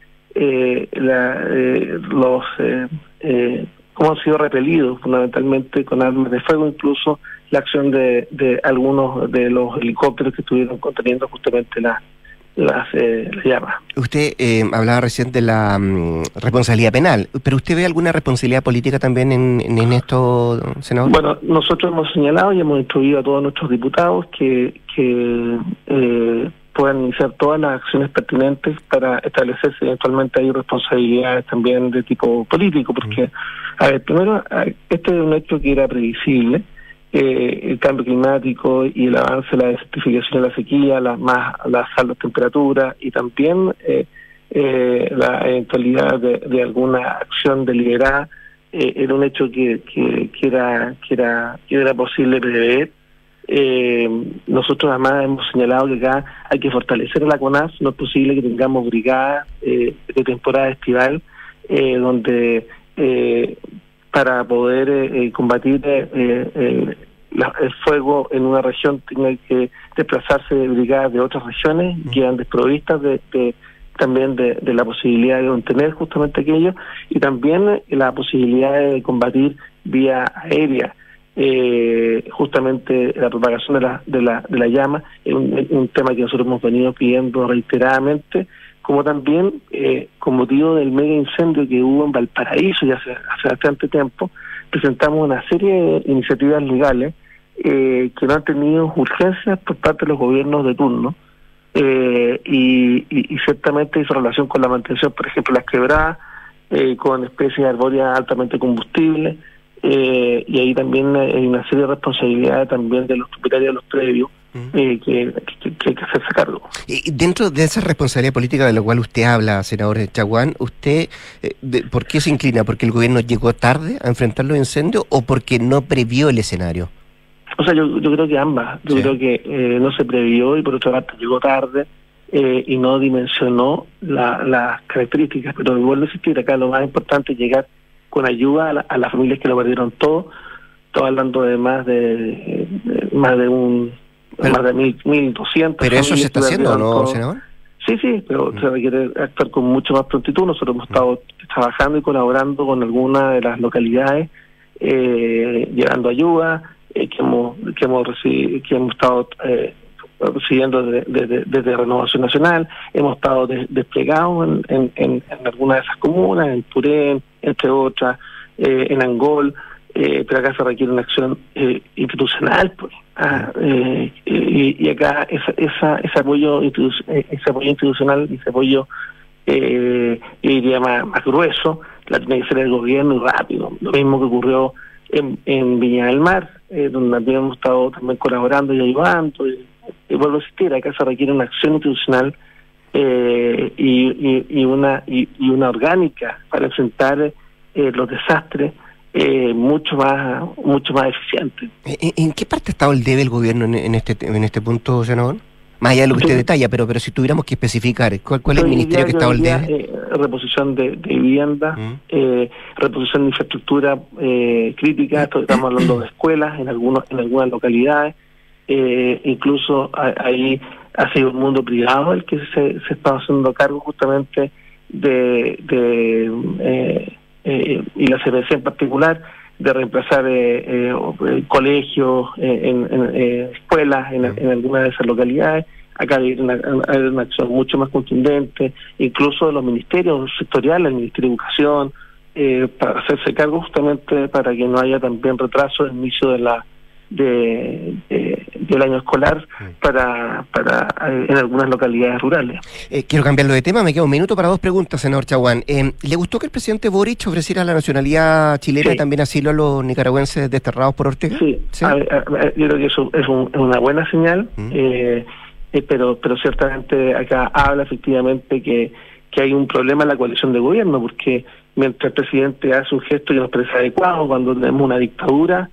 cómo han sido repelidos fundamentalmente con armas de fuego, incluso la acción de algunos de los helicópteros que estuvieron conteniendo justamente las llamas. Usted hablaba recién de la responsabilidad penal, pero ¿usted ve alguna responsabilidad política también en esto, senador? Bueno, nosotros hemos señalado y hemos instruido a todos nuestros diputados que puedan iniciar todas las acciones pertinentes para establecer si eventualmente hay responsabilidades también de tipo político, porque, a ver, primero, este es un hecho que era previsible. El cambio climático y el avance de la desertificación de la sequía, las altas temperaturas y también la eventualidad de alguna acción deliberada era un hecho que era posible prever. Nosotros además hemos señalado que acá hay que fortalecer a la CONAF. No es posible que tengamos brigadas de temporada estival donde para poder combatir el fuego en una región tenga que desplazarse de brigadas de otras regiones que quedan desprovistas también de la posibilidad de contener justamente aquello y también la posibilidad de combatir vía aérea justamente la propagación de la llama es un tema que nosotros hemos venido pidiendo reiteradamente, como también con motivo del mega incendio que hubo en Valparaíso ya hace bastante tiempo, presentamos una serie de iniciativas legales que no han tenido urgencias por parte de los gobiernos de turno y ciertamente hizo relación con la mantención, por ejemplo, las quebradas, con especies arbóreas altamente combustibles, y ahí también hay una serie de responsabilidades también de los propietarios de los predios que hay que hacerse cargo. Y dentro de esa responsabilidad política de la cual usted habla, senador Chaguán, ¿usted por qué se inclina? ¿Porque el gobierno llegó tarde a enfrentar los incendios o porque no previó el escenario? O sea, yo creo que ambas. Yo creo que no se previó y por otra parte llegó tarde y no dimensionó las características. Pero vuelvo a insistir, acá lo más importante es llegar con ayuda a las familias que lo perdieron todo. Estoy hablando de más de 1.200. ¿Pero eso se está haciendo, no, senador? Sí, pero se requiere actuar con mucho más prontitud. Nosotros hemos estado trabajando y colaborando con algunas de las localidades, llevando ayuda, que hemos estado recibiendo desde Renovación Nacional. Hemos estado desplegados en algunas de esas comunas, en Purén, entre otras, en Angol, pero acá se requiere una acción institucional, pues. Y acá ese apoyo institucional y ese apoyo yo diría más grueso la tiene que ser el gobierno y rápido. Lo mismo que ocurrió en Viña del Mar, donde también hemos estado también colaborando y ayudando, y vuelvo a insistir, acá se requiere una acción institucional y una orgánica para enfrentar los desastres mucho más eficiente. ¿En qué parte ha estado el debe el gobierno en este punto, senador? Más allá de lo que usted detalla, pero si tuviéramos que especificar, ¿cuál es el ministerio que ha estado el debe? Reposición de vivienda, reposición de infraestructura crítica. Estamos hablando de escuelas en algunas localidades. Incluso ahí ha sido el mundo privado el que se está haciendo cargo justamente y la CPC en particular, de reemplazar colegios, escuelas en algunas de esas localidades. Acá hay una acción mucho más contundente, incluso de los ministerios sectoriales, el Ministerio de Educación, para hacerse cargo justamente para que no haya también retraso en el inicio del año escolar en algunas localidades rurales. Quiero cambiarlo de tema, me queda un minuto para dos preguntas, senador Chaguán. ¿Le gustó que el presidente Boric ofreciera la nacionalidad chilena y también asilo a los nicaragüenses desterrados por Ortega? Sí. Yo creo que eso es una buena señal, pero ciertamente acá habla efectivamente que hay un problema en la coalición de gobierno, porque mientras el presidente hace un gesto que nos parece adecuado, cuando tenemos una dictadura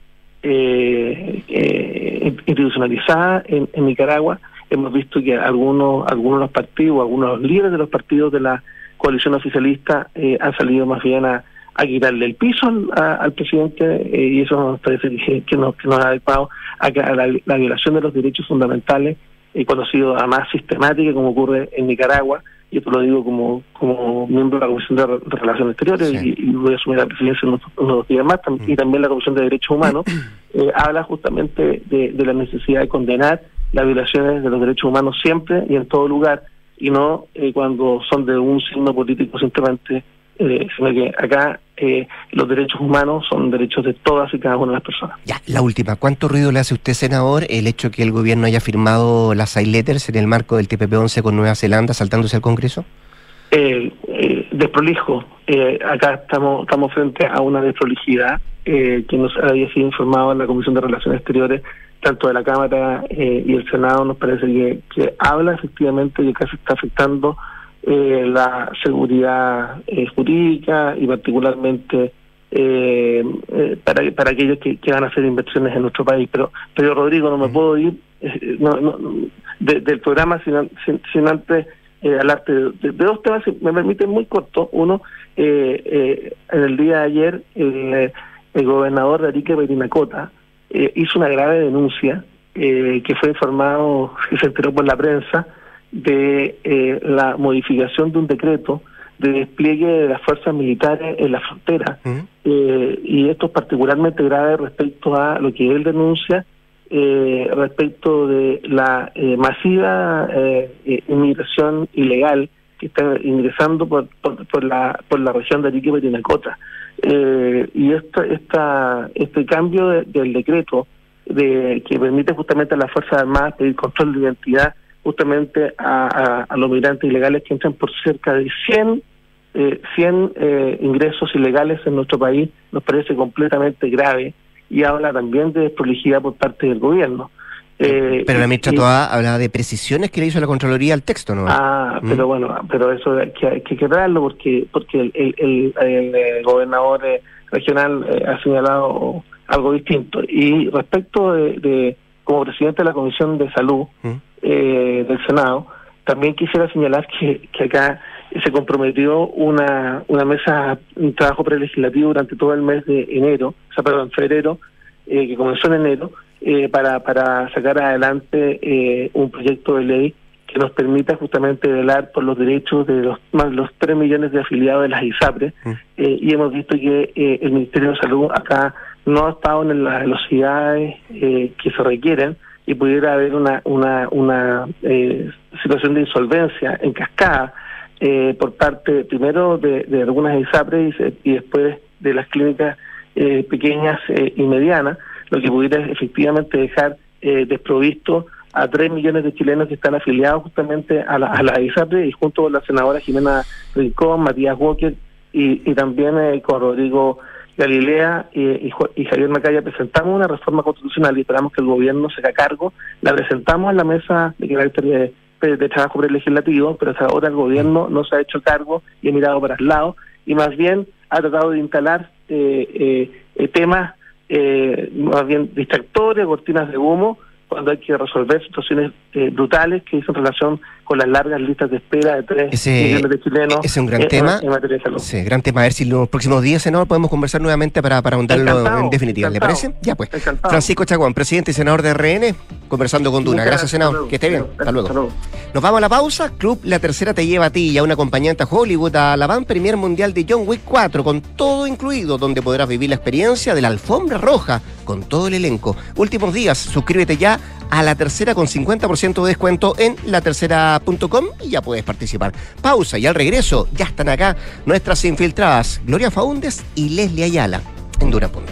institucionalizada en Nicaragua, hemos visto que algunos de los partidos, algunos de los líderes de los partidos de la coalición oficialista han salido más bien a quitarle el piso al presidente, y eso nos parece que no es adecuado a la violación de los derechos fundamentales, cuando ha sido además sistemática, como ocurre en Nicaragua. Y esto lo digo como miembro de la Comisión de Relaciones Exteriores, y voy a asumir la presidencia en unos días más, y también la Comisión de Derechos Humanos, habla justamente de la necesidad de condenar las violaciones de los derechos humanos siempre y en todo lugar, y no cuando son de un signo político simplemente, sino que acá los derechos humanos son derechos de todas y cada una de las personas. Ya, la última. ¿Cuánto ruido le hace a usted, senador, el hecho que el gobierno haya firmado las side letters en el marco del TPP-11 con Nueva Zelanda, saltándose al Congreso? Desprolijo. Acá estamos frente a una desprolijidad que nos había sido informado en la Comisión de Relaciones Exteriores, tanto de la Cámara y el Senado. Nos parece que habla efectivamente de que se está afectando la seguridad jurídica y particularmente para aquellos que van a hacer inversiones en nuestro país. Pero Rodrigo, no me puedo ir del programa sin antes hablarte de dos temas, si me permiten, muy corto. Uno, en el día de ayer el gobernador de Arica, Parinacota, hizo una grave denuncia que fue informado, que se enteró por la prensa, de la modificación de un decreto de despliegue de las fuerzas militares en la frontera, y esto es particularmente grave respecto a lo que él denuncia respecto de la masiva inmigración ilegal que está ingresando por la región de Arica y Parinacota, y este cambio del decreto que permite justamente a las Fuerzas Armadas pedir control de identidad justamente a los migrantes ilegales que entran por cerca de 100 ingresos ilegales en nuestro país, nos parece completamente grave, y habla también de desprolijidad por parte del gobierno. Pero la ministra Toá hablaba de precisiones que le hizo la Contraloría al texto, ¿no? Pero bueno, pero eso hay que quebrarlo porque el gobernador regional ha señalado algo distinto. Y respecto de como presidente de la Comisión de Salud del Senado, también quisiera señalar que acá se comprometió una mesa, un trabajo prelegislativo durante todo el mes de febrero, que comenzó en enero, para sacar adelante un proyecto de ley que nos permita justamente velar por los derechos de los 3 millones de afiliados de las ISAPRES, y hemos visto que el Ministerio de Salud acá no ha estado en las velocidades que se requieren, y pudiera haber una situación de insolvencia en cascada por parte primero de algunas ISAPRES y después de las clínicas pequeñas y medianas, lo que pudiera efectivamente dejar desprovisto a 3 millones de chilenos que están afiliados justamente a la ISAPRE, y junto con la senadora Jimena Rincón, Matías Walker y también con Rodrigo Galilea y Javier Macaya presentamos una reforma constitucional y esperamos que el gobierno se haga cargo. La presentamos en la mesa de carácter de trabajo prelegislativo, pero hasta ahora el gobierno no se ha hecho cargo y ha mirado para el lado, y más bien ha tratado de instalar temas más bien distractores, cortinas de humo, cuando hay que resolver situaciones brutales que dicen relación con las largas listas de espera de 3 millones de chilenos. Ese es un gran tema. En materia de salud. Sí, gran tema. A ver si en los próximos días, senador, podemos conversar nuevamente para ahondarlo en definitiva. ¿Le parece? Ya pues. Encantado. Francisco Chacón, presidente y senador de RN, conversando con Duna. Gracias, senador. Que esté bien. Hasta luego. Nos vamos a la pausa. Club La Tercera te lleva a ti y a un acompañante a Hollywood a la Van Premier Mundial de John Wick 4, con todo incluido, donde podrás vivir la experiencia de la alfombra roja con todo el elenco. Últimos días, suscríbete ya a La Tercera con 50% de descuento en latercera.com y ya puedes participar. Pausa, y al regreso ya están acá nuestras infiltradas Gloria Faúndez y Leslie Ayala en Duna Punto.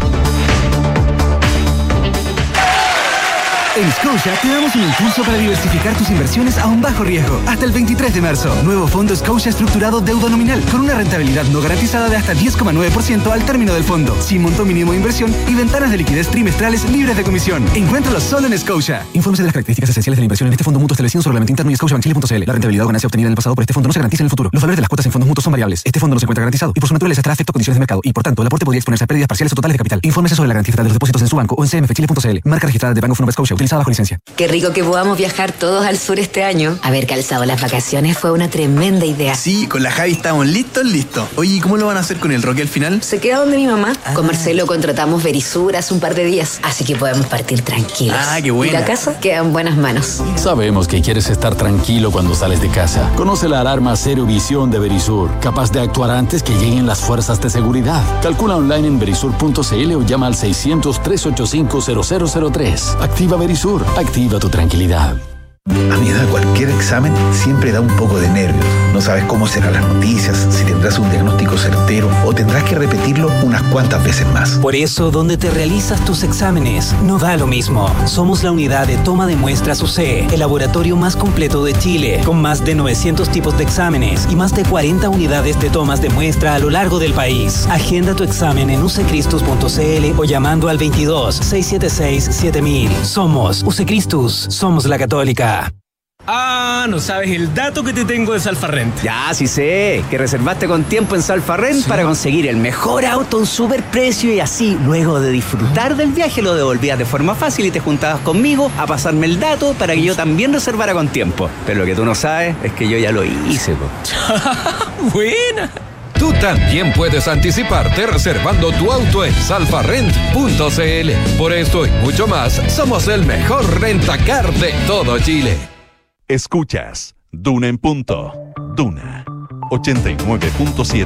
En Scotia te damos un impulso para diversificar tus inversiones a un bajo riesgo. Hasta el 23 de marzo. Nuevo fondo Scotia estructurado deuda nominal con una rentabilidad no garantizada de hasta 10,9% al término del fondo, sin monto mínimo de inversión y ventanas de liquidez trimestrales libres de comisión. Encuéntralo solo en Scotia. Infórmese de las características esenciales de la inversión en este fondo mutuo establecido en su reglamento interno y scotiabankchile.cl. La rentabilidad o ganancia obtenida en el pasado por este fondo no se garantiza en el futuro. Los valores de las cuotas en fondos mutuos son variables. Este fondo no se encuentra garantizado y por su naturaleza estará afecto a condiciones de mercado y por tanto el aporte podría exponerse a pérdidas parciales o totales de capital. Infórmese sobre la garantía estatal de los depósitos en su banco o en cmfchile.cl. Marca registrada de Bank of Nova Scotia, utilizada bajo licencia. Qué rico que podamos viajar todos al sur este año. Haber calzado las vacaciones fue una tremenda idea. Sí, con la Javi estamos listos. Oye, ¿y cómo lo van a hacer con el Roque al final? Se queda donde mi mamá. Con Marcelo contratamos Verisur hace un par de días, así que podemos partir tranquilos. Qué buena. Y la casa queda en buenas manos. Sabemos que quieres estar tranquilo cuando sales de casa. Conoce la alarma Cero Visión de Verisur, capaz de actuar antes que lleguen las fuerzas de seguridad. Calcula online en verisur.cl o llama al 600-385-0003. Activa Verisur. Activa tu tranquilidad. A mi edad cualquier examen siempre da un poco de nervios. No sabes cómo serán las noticias, si tendrás un diagnóstico certero o tendrás que repetirlo unas cuantas veces más. Por eso, donde te realizas tus exámenes, no da lo mismo. Somos la unidad de toma de muestras UC, el laboratorio más completo de Chile, con más de 900 tipos de exámenes y más de 40 unidades de tomas de muestra a lo largo del país. Agenda tu examen en ucecristus.cl o llamando al 22-676-7000. Somos UCCristus, somos la Católica. No sabes el dato que te tengo de Salfarrent. Ya, sí sé, que reservaste con tiempo en Salfarrent para conseguir el mejor auto a un super precio y así, luego de disfrutar del viaje, lo devolvías de forma fácil y te juntabas conmigo a pasarme el dato para que yo también reservara con tiempo. Pero lo que tú no sabes es que yo ya lo hice, po. Buena. Tú también puedes anticiparte reservando tu auto en salfarrent.cl. Por esto y mucho más, somos el mejor rentacar de todo Chile. Escuchas Duna en Punto. Duna 89.7.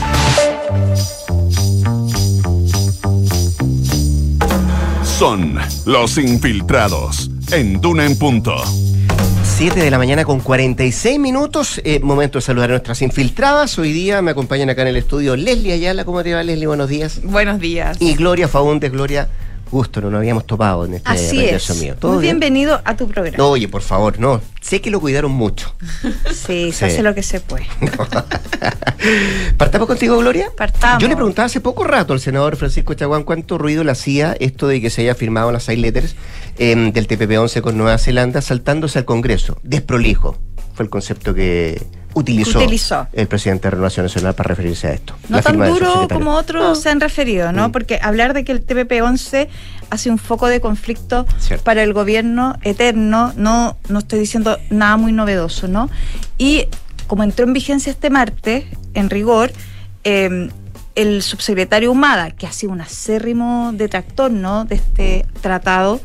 Son los infiltrados en Duna en Punto. 7 de la mañana con 46 minutos. Momento de saludar a nuestras infiltradas. Hoy día me acompañan acá en el estudio Leslie Ayala. ¿Cómo te va, Leslie? Buenos días. Buenos días. Y Gloria Faúndez. Gloria, gusto, no nos habíamos topado en este regreso mío. Muy bienvenido a tu programa. No, oye, por favor, no. Sé que lo cuidaron mucho. Sí, se hace lo que se puede. ¿Partamos contigo, Gloria? Partamos. Yo le preguntaba hace poco rato al senador Francisco Chacón cuánto ruido le hacía esto de que se haya firmado las 6 letters del TPP-11 con Nueva Zelanda, saltándose al Congreso. Desprolijo fue el concepto que utilizó el presidente de Renovación Nacional para referirse a esto. No tan duro como otros se han referido, ¿no? Porque hablar de que el TPP-11 hace un foco de conflicto para el gobierno eterno, no estoy diciendo nada muy novedoso, ¿no? Y como entró en vigencia este martes, en rigor, el subsecretario Humada, que ha sido un acérrimo detractor, ¿no?, de este tratado,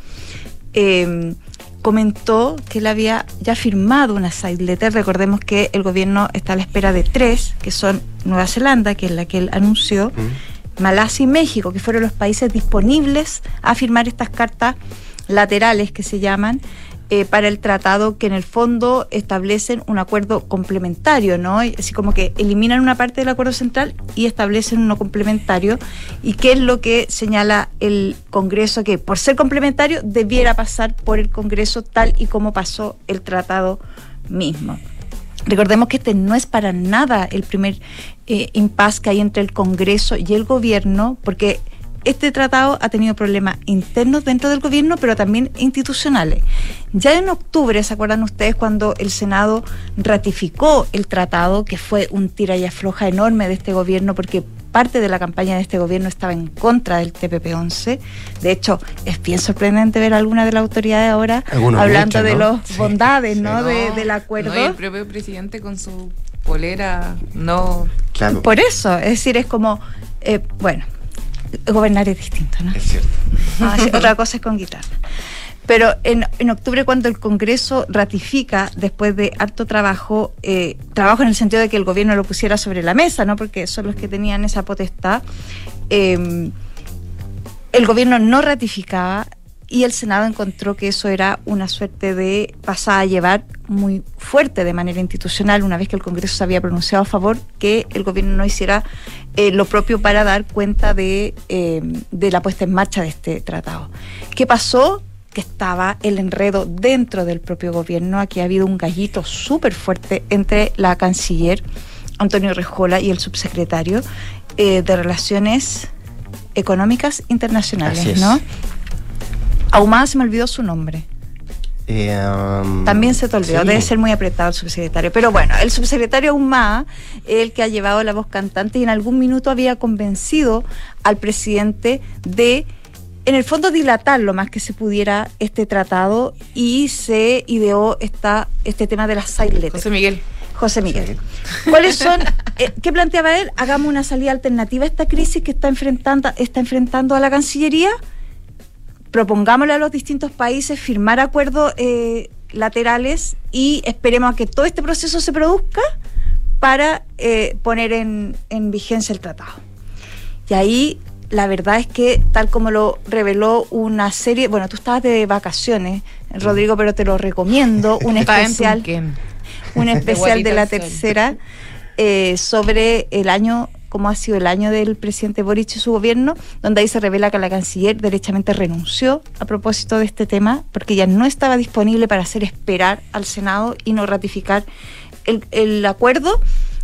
comentó que él había ya firmado una side letter. Recordemos que el gobierno está a la espera de 3, que son Nueva Zelanda, que es la que él anunció, Malasia y México, que fueron los países disponibles a firmar estas cartas laterales que se llaman, para el tratado, que en el fondo establecen un acuerdo complementario, ¿no? Así como que eliminan una parte del acuerdo central y establecen uno complementario. ¿Y qué es lo que señala el Congreso? Que por ser complementario debiera pasar por el Congreso tal y como pasó el tratado mismo. Recordemos que este no es para nada el primer impasse que hay entre el Congreso y el gobierno, porque este tratado ha tenido problemas internos dentro del gobierno, pero también institucionales. Ya en octubre, ¿se acuerdan ustedes cuando el Senado ratificó el tratado, que fue un tira y afloja enorme de este gobierno, porque parte de la campaña de este gobierno estaba en contra del TPP-11? De hecho, es bien sorprendente ver a alguna de las autoridades ahora hablando de las bondades, ¿no? Del acuerdo. No, y el propio presidente con su polera, no. Claro. Por eso, es decir, es como, bueno, gobernar es distinto, ¿no? Es cierto. Otra cosa es con guitarra. Pero en octubre, cuando el Congreso ratifica, después de harto trabajo en el sentido de que el gobierno lo pusiera sobre la mesa, ¿no? Porque son los que tenían esa potestad, el gobierno no ratificaba y el Senado encontró que eso era una suerte de pasada a llevar muy fuerte de manera institucional, una vez que el Congreso se había pronunciado a favor, que el gobierno no hiciera lo propio para dar cuenta de la puesta en marcha de este tratado. ¿Qué pasó? Que estaba el enredo dentro del propio gobierno. Aquí ha habido un gallito súper fuerte entre la canciller Antonio Rejola y el subsecretario de Relaciones Económicas Internacionales, ¿no? Ahumada, se me olvidó su nombre. También se te olvidó, debe ser muy apretado el subsecretario. Pero bueno, el subsecretario Ahumada, el que ha llevado la voz cantante y en algún minuto había convencido al presidente de, en el fondo, dilatar lo más que se pudiera este tratado, y se ideó este tema de las side letters. José Miguel. ¿Cuáles son? ¿Qué planteaba él? Hagamos una salida alternativa a esta crisis que está enfrentando a la Cancillería. Propongámosle a los distintos países firmar acuerdos laterales y esperemos a que todo este proceso se produzca para poner en vigencia el tratado. Y ahí la verdad es que, tal como lo reveló una serie, bueno, tú estabas de vacaciones, Rodrigo, pero te lo recomiendo, un especial de La Tercera sobre el año, cómo ha sido el año del presidente Boric y su gobierno, donde ahí se revela que la canciller derechamente renunció a propósito de este tema, porque ya no estaba disponible para hacer esperar al Senado y no ratificar el acuerdo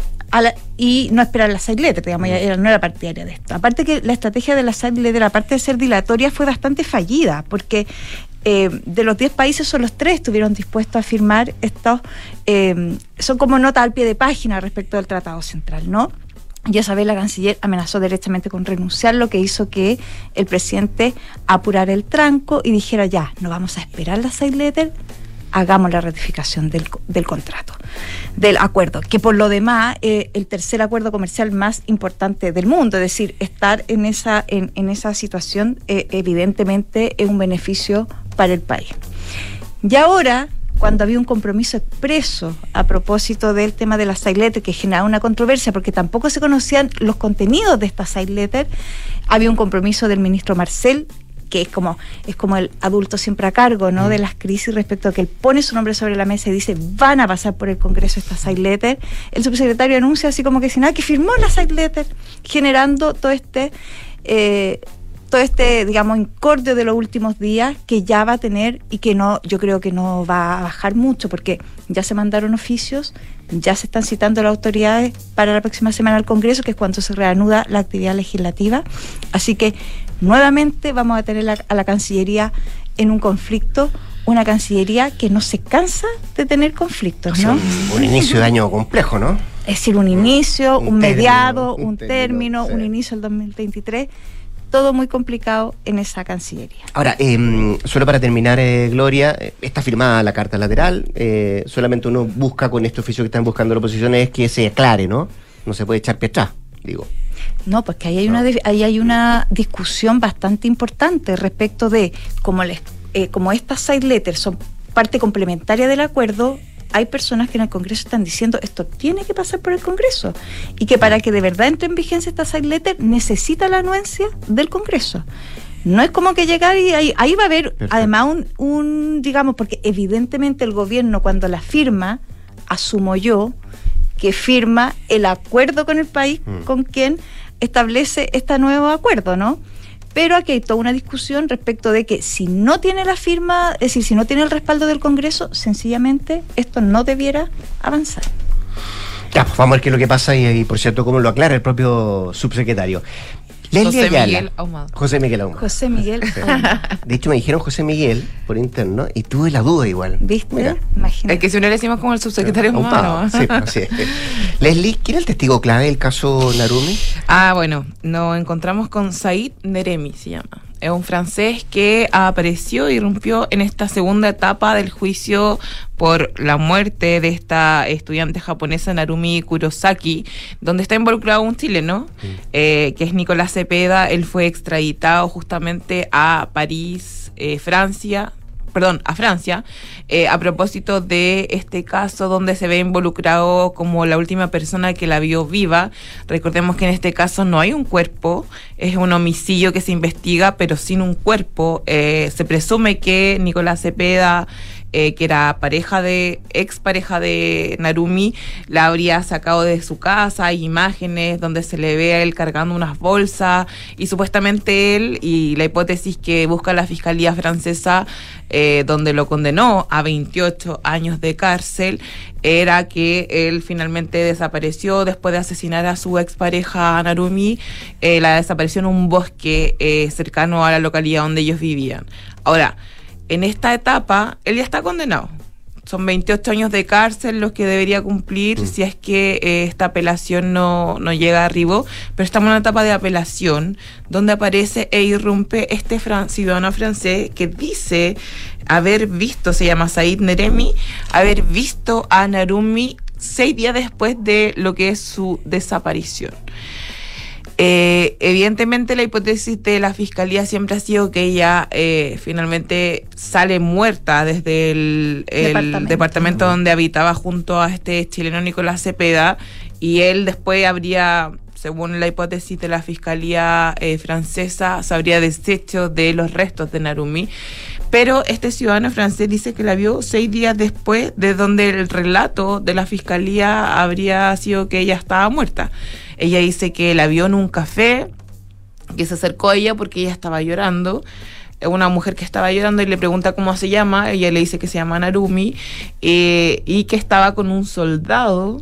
y no esperar la side letter, digamos, ya no era partidaria de esto. Aparte que la estrategia de la side letter, aparte de ser dilatoria, fue bastante fallida, porque de los 10 países, solo 3 estuvieron dispuestos a firmar estos, son como nota al pie de página respecto del Tratado Central, ¿no? Y esa vez la canciller amenazó directamente con renunciar, lo que hizo que el presidente apurara el tranco y dijera, ya, no vamos a esperar la side letter, hagamos la ratificación del contrato, del acuerdo, que por lo demás el tercer acuerdo comercial más importante del mundo, es decir, estar en esa situación evidentemente es un beneficio para el país. Y ahora, cuando había un compromiso expreso a propósito del tema de la side letter, que generaba una controversia porque tampoco se conocían los contenidos de esta side letter, había un compromiso del ministro Marcel, que es como el adulto siempre a cargo, ¿no?, de las crisis, respecto a que él pone su nombre sobre la mesa y dice, van a pasar por el Congreso esta side letter. El subsecretario anuncia así como que sin nada, que firmó la side letter, generando todo este digamos, incordio de los últimos días, que ya va a tener, y que no, yo creo que no va a bajar mucho, porque ya se mandaron oficios, ya se están citando las autoridades para la próxima semana al Congreso, que es cuando se reanuda la actividad legislativa. Así que nuevamente vamos a tener a la Cancillería en un conflicto una Cancillería que no se cansa de tener conflictos, ¿no? Un inicio de año complejo, ¿no? Es decir, un inicio, un mediado, un término, término, sí. un inicio del 2023, todo muy complicado en esa Cancillería. Ahora, solo para terminar, Gloria, está firmada la carta lateral, solamente uno busca con este oficio que están buscando la oposición es que se aclare, ¿no? No se puede echar pie atrás, digo. No, pues que ahí hay una discusión bastante importante respecto de como estas side letters son parte complementaria del acuerdo, hay personas que en el Congreso están diciendo esto tiene que pasar por el Congreso y que para que de verdad entre en vigencia esta side letter necesita la anuencia del Congreso. No es como que llegar y ahí va a haber además un digamos, porque evidentemente el gobierno cuando la firma, asumo yo, que firma el acuerdo con el país con quien establece este nuevo acuerdo, ¿no? Pero aquí hay toda una discusión respecto de que si no tiene la firma, es decir, si no tiene el respaldo del Congreso, sencillamente esto no debiera avanzar. Ya, pues vamos a ver qué es lo que pasa y por cierto, cómo lo aclara el propio subsecretario. José Miguel Ahumado. José Miguel Ahumado. José Miguel Ahumado. De hecho, me dijeron José Miguel por interno y tuve la duda igual. ¿Viste? Mira. Imagínate. Es que si no le decimos como el subsecretario Ahumado. Sí, así es. Leslie, ¿quién es el testigo clave del caso Narumi? Bueno, nos encontramos con Said Neremi, se llama. Es un francés que apareció y irrumpió en esta segunda etapa del juicio por la muerte de esta estudiante japonesa Narumi Kurosaki, donde está involucrado un chileno, que es Nicolás Cepeda. Él fue extraditado justamente a París, Francia, a propósito de este caso donde se ve involucrado como la última persona que la vio viva. Recordemos que en este caso no hay un cuerpo, es un homicidio que se investiga, pero sin un cuerpo. Se presume que Nicolás Cepeda, que era expareja de Narumi, la habría sacado de su casa. Hay imágenes donde se le ve a él cargando unas bolsas y supuestamente él, y la hipótesis que busca la Fiscalía francesa, donde lo condenó a 28 años de cárcel, era que él finalmente desapareció después de asesinar a su expareja Narumi. La desapareció en un bosque cercano a la localidad donde ellos vivían. Ahora, en esta etapa, él ya está condenado. Son 28 años de cárcel los que debería cumplir si es que esta apelación no llega arriba. Pero estamos en una etapa de apelación donde aparece e irrumpe este ciudadano francés que dice haber visto, se llama Said Neremi, haber visto a Narumi 6 días después de lo que es su desaparición. Evidentemente la hipótesis de la fiscalía siempre ha sido que ella finalmente sale muerta desde el departamento donde habitaba junto a este chileno Nicolás Cepeda, y él después habría, según la hipótesis de la fiscalía francesa, se habría deshecho de los restos de Narumi. Pero este ciudadano francés dice que la vio 6 días después, de donde el relato de la fiscalía habría sido que ella estaba muerta. Ella dice que la vio en un café, que se acercó a ella porque ella estaba llorando. Una mujer que estaba llorando y le pregunta cómo se llama. Ella le dice que se llama Narumi, y que estaba con un soldado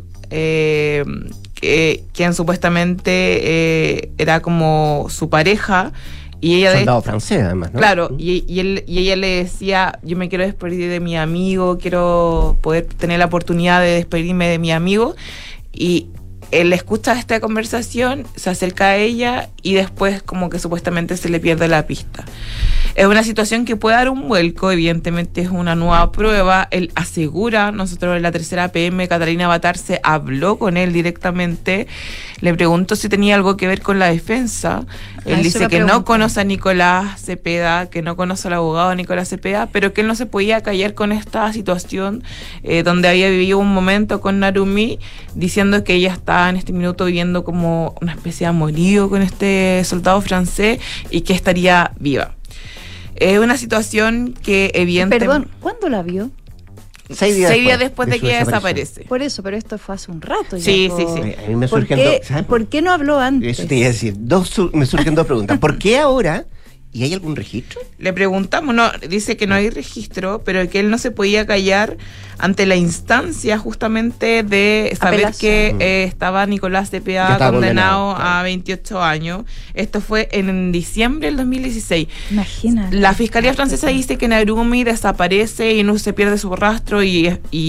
quien supuestamente era como su pareja. Y ella soldado francés, además, ¿no? Claro, y ella le decía: yo me quiero despedir de mi amigo, quiero poder tener la oportunidad de despedirme de mi amigo. Y él escucha esta conversación, se acerca a ella y después como que supuestamente se le pierde la pista. Es una situación que puede dar un vuelco, evidentemente es una nueva prueba. Él asegura, nosotros en la tercera PM, Catalina Batarse habló con él directamente, le preguntó si tenía algo que ver con la defensa. Él dice que no conoce a Nicolás Cepeda, que no conoce al abogado Nicolás Cepeda, pero que él no se podía callar con esta situación donde había vivido un momento con Narumi, diciendo que ella estaba en este minuto viviendo como una especie de amorío con este soldado francés y que estaría viva. Es una situación que evidentemente... Perdón, ¿cuándo la vio? 6 días después de que ella desaparece. Por eso, pero esto fue hace un rato. Sí. A mí me surgen ¿Por qué no habló antes? Eso te iba a decir. Me surgen dos preguntas. ¿Por qué ahora ¿Y hay algún registro? Le preguntamos, no, dice que no hay registro, pero que él no se podía callar ante la instancia justamente de saber que estaba Nicolás Cepeda condenado a 28 años. Esto fue en diciembre del 2016. Imagínate. La Fiscalía francesa dice que Narumi desaparece y no se pierde su rastro y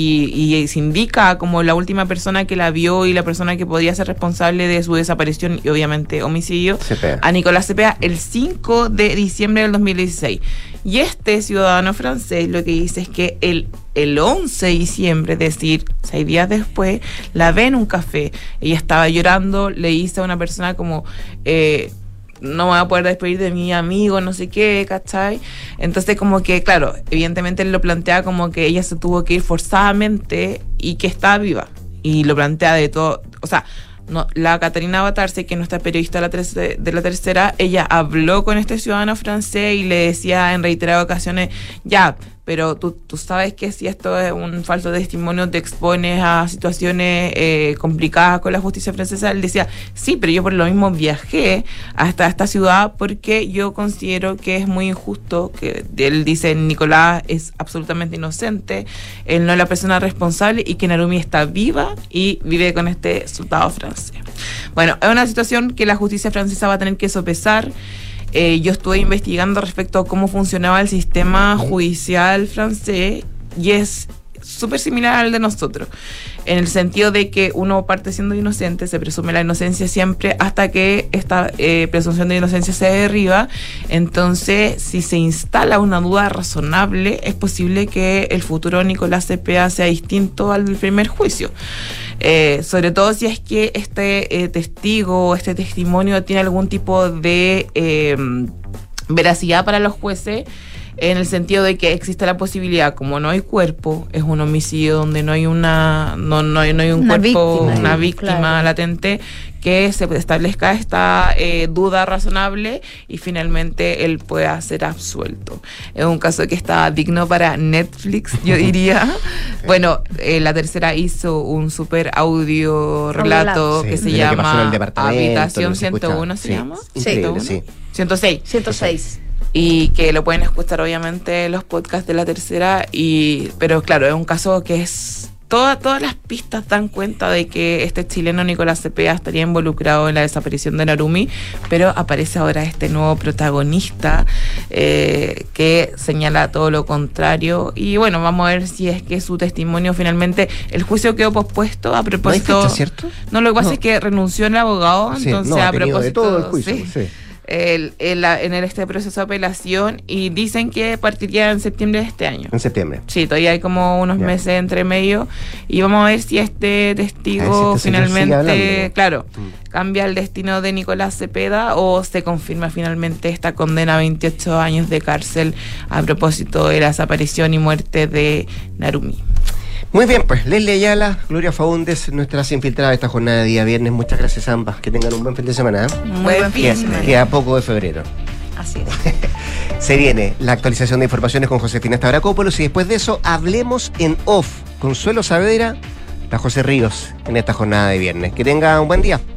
se indica como la última persona que la vio y la persona que podía ser responsable de su desaparición y obviamente homicidio a Nicolás Cepeda el 5 de diciembre del 2016. Y este ciudadano francés lo que dice es que el 11 de diciembre, es decir, 6 días después, la ve en un café. Ella estaba llorando, le dice a una persona como... no me voy a poder despedir de mi amigo, no sé qué, ¿cachai? Entonces como que, claro, evidentemente él lo plantea como que ella se tuvo que ir forzadamente y que está viva. Y lo plantea de todo, o sea... No, la Catarina Batarse, que es nuestra periodista de la tercera, ella habló con este ciudadano francés y le decía en reiteradas ocasiones, ya, pero tú sabes que si esto es un falso testimonio te expones a situaciones complicadas con la justicia francesa. Él decía, sí, pero yo por lo mismo viajé hasta esta ciudad porque yo considero que es muy injusto, que él dice, Nicolás es absolutamente inocente, él no es la persona responsable y que Narumi está viva y vive con este soldado francés. Bueno, es una situación que la justicia francesa va a tener que sopesar. Yo estuve investigando respecto a cómo funcionaba el sistema judicial francés y es súper similar al de nosotros, en el sentido de que uno parte siendo inocente, se presume la inocencia siempre hasta que esta presunción de inocencia se derriba. Entonces, si se instala una duda razonable, es posible que el futuro Nicolás Cepeda sea distinto al del primer juicio. Sobre todo si es que este testigo, este testimonio tiene algún tipo de veracidad para los jueces, en el sentido de que existe la posibilidad, como no hay cuerpo, es un homicidio donde no hay no hay un cuerpo, una víctima latente, que se establezca esta duda razonable y finalmente él pueda ser absuelto. Es un caso que está digno para Netflix, yo diría. Bueno, la tercera hizo un super audio relato que se llama Habitación 101, ¿se llama? Increíble, 106. Y que lo pueden escuchar obviamente en los podcasts de la tercera, pero claro, es un caso que es... Todas las pistas dan cuenta de que este chileno Nicolás Cepeda estaría involucrado en la desaparición de Narumi, pero aparece ahora este nuevo protagonista que señala todo lo contrario. Y bueno, vamos a ver si es que su testimonio finalmente... El juicio quedó pospuesto a propósito... ¿No hay fecha, cierto? No, lo que pasa es que renunció el abogado, entonces a propósito... de todo el juicio, sí. En este proceso de apelación, y dicen que partiría en septiembre de este año. En septiembre. Sí, todavía hay como unos meses entre medio y vamos a ver si este testigo finalmente, claro, cambia el destino de Nicolás Cepeda o se confirma finalmente esta condena a 28 años de cárcel a propósito de la desaparición y muerte de Narumi. Muy bien, pues Leslie Ayala, Gloria Faúndez, nuestras infiltradas de esta jornada de día viernes. Muchas gracias a ambas. Que tengan un buen fin de semana. Muy buen fin de semana. Queda poco de febrero. Así es. Se viene la actualización de informaciones con Josefina Stavrakopoulos y después de eso hablemos en off. Consuelo Saavedra, la José Ríos en esta jornada de viernes. Que tenga un buen día.